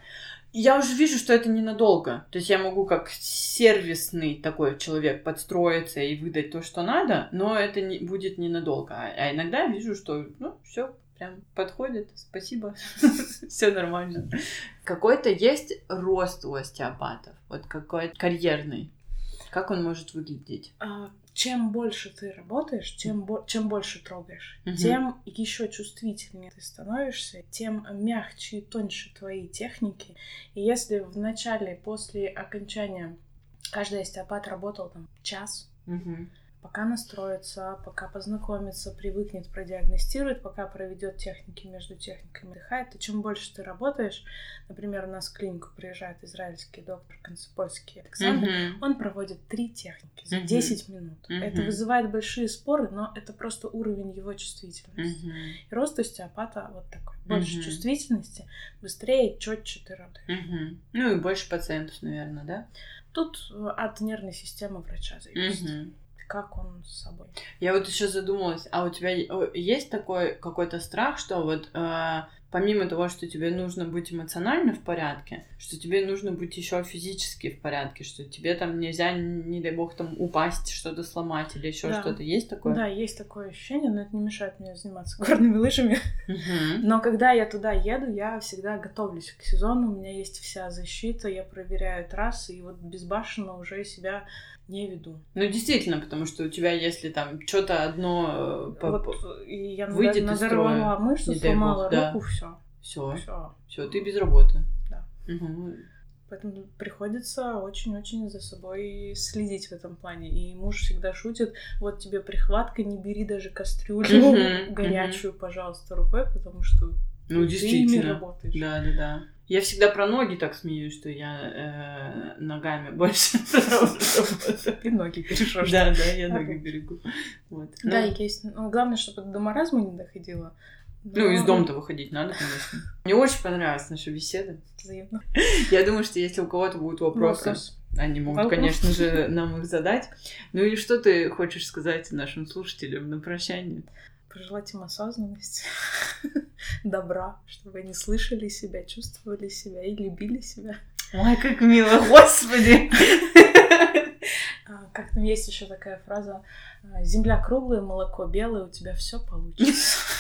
Я уже вижу, что это ненадолго. То есть я могу как сервисный такой человек подстроиться и выдать то, что надо, но это не, будет ненадолго. А, а иногда я вижу, что ну все прям подходит, спасибо, все нормально. Какой-то есть рост у остеопатов, вот какой-то карьерный. Как он может выглядеть? А, чем больше ты работаешь, чем, бо- чем больше трогаешь, Мгм. тем еще чувствительнее ты становишься, тем мягче и тоньше твои техники. И если в начале, после окончания, каждый остеопат работал там час, Мгм. пока настроится, пока познакомится, привыкнет, продиагностирует, пока проведет техники между техниками, отдыхает, то чем больше ты работаешь, например, у нас в клинику приезжает израильский доктор Концепольский Александр, Мгм. он проводит три техники за Мгм. десять минут. Мгм. Это вызывает большие споры, но это просто уровень его чувствительности. Мгм. И рост остеопата вот такой. Больше Мгм. чувствительности, быстрее, четче ты работаешь. Мгм. Ну и больше пациентов, наверное, да? Тут э, от нервной системы врача зависит, Мгм. как он с собой. Я вот еще задумалась, а у тебя о, есть такой какой-то страх, что вот э, помимо того, что тебе нужно быть эмоционально в порядке, что тебе нужно быть еще физически в порядке, что тебе там нельзя, не дай бог, там упасть, что-то сломать или еще Да. что-то. Есть такое? Да, есть такое ощущение, но это не мешает мне заниматься горными лыжами. Мгм. Но когда я туда еду, я всегда готовлюсь к сезону, у меня есть вся защита, я проверяю трассы, и вот безбашенно уже себя не веду. Ну, действительно, потому что у тебя, если там что-то одно э, по- Вот по- и я выйдет из надорвала строя, мышцу, не дай бог, сломала да. руку, все. все, Все. все, ты без работы. Да. Мгм. Поэтому приходится очень-очень за собой следить в этом плане. И муж всегда шутит: вот тебе прихватка, не бери даже кастрюлю Мгм, горячую, пожалуйста, рукой, потому что Ну, ты ими действительно. работаешь. Да, да, да. Я всегда про ноги так смеюсь, что я э, ногами больше работаю. И ноги бережешь. Да, да, я Ага. ноги берегу. Вот. Да, Ну, и есть. Ну, главное, чтобы до маразма не доходило. Ну, из дома-то выходить надо, конечно. Мне очень понравилась наша беседа. Взаимно. Я думаю, что если у кого-то будут вопросы, Вопрос. они могут, Вопрос. конечно же, нам их задать. Ну и что ты хочешь сказать нашим слушателям на прощание? Пожелать им осознанности, добра, чтобы они слышали себя, чувствовали себя и любили себя. Ой, как мило, господи! А, Как там есть еще такая фраза: земля круглая, молоко белое, у тебя все получится.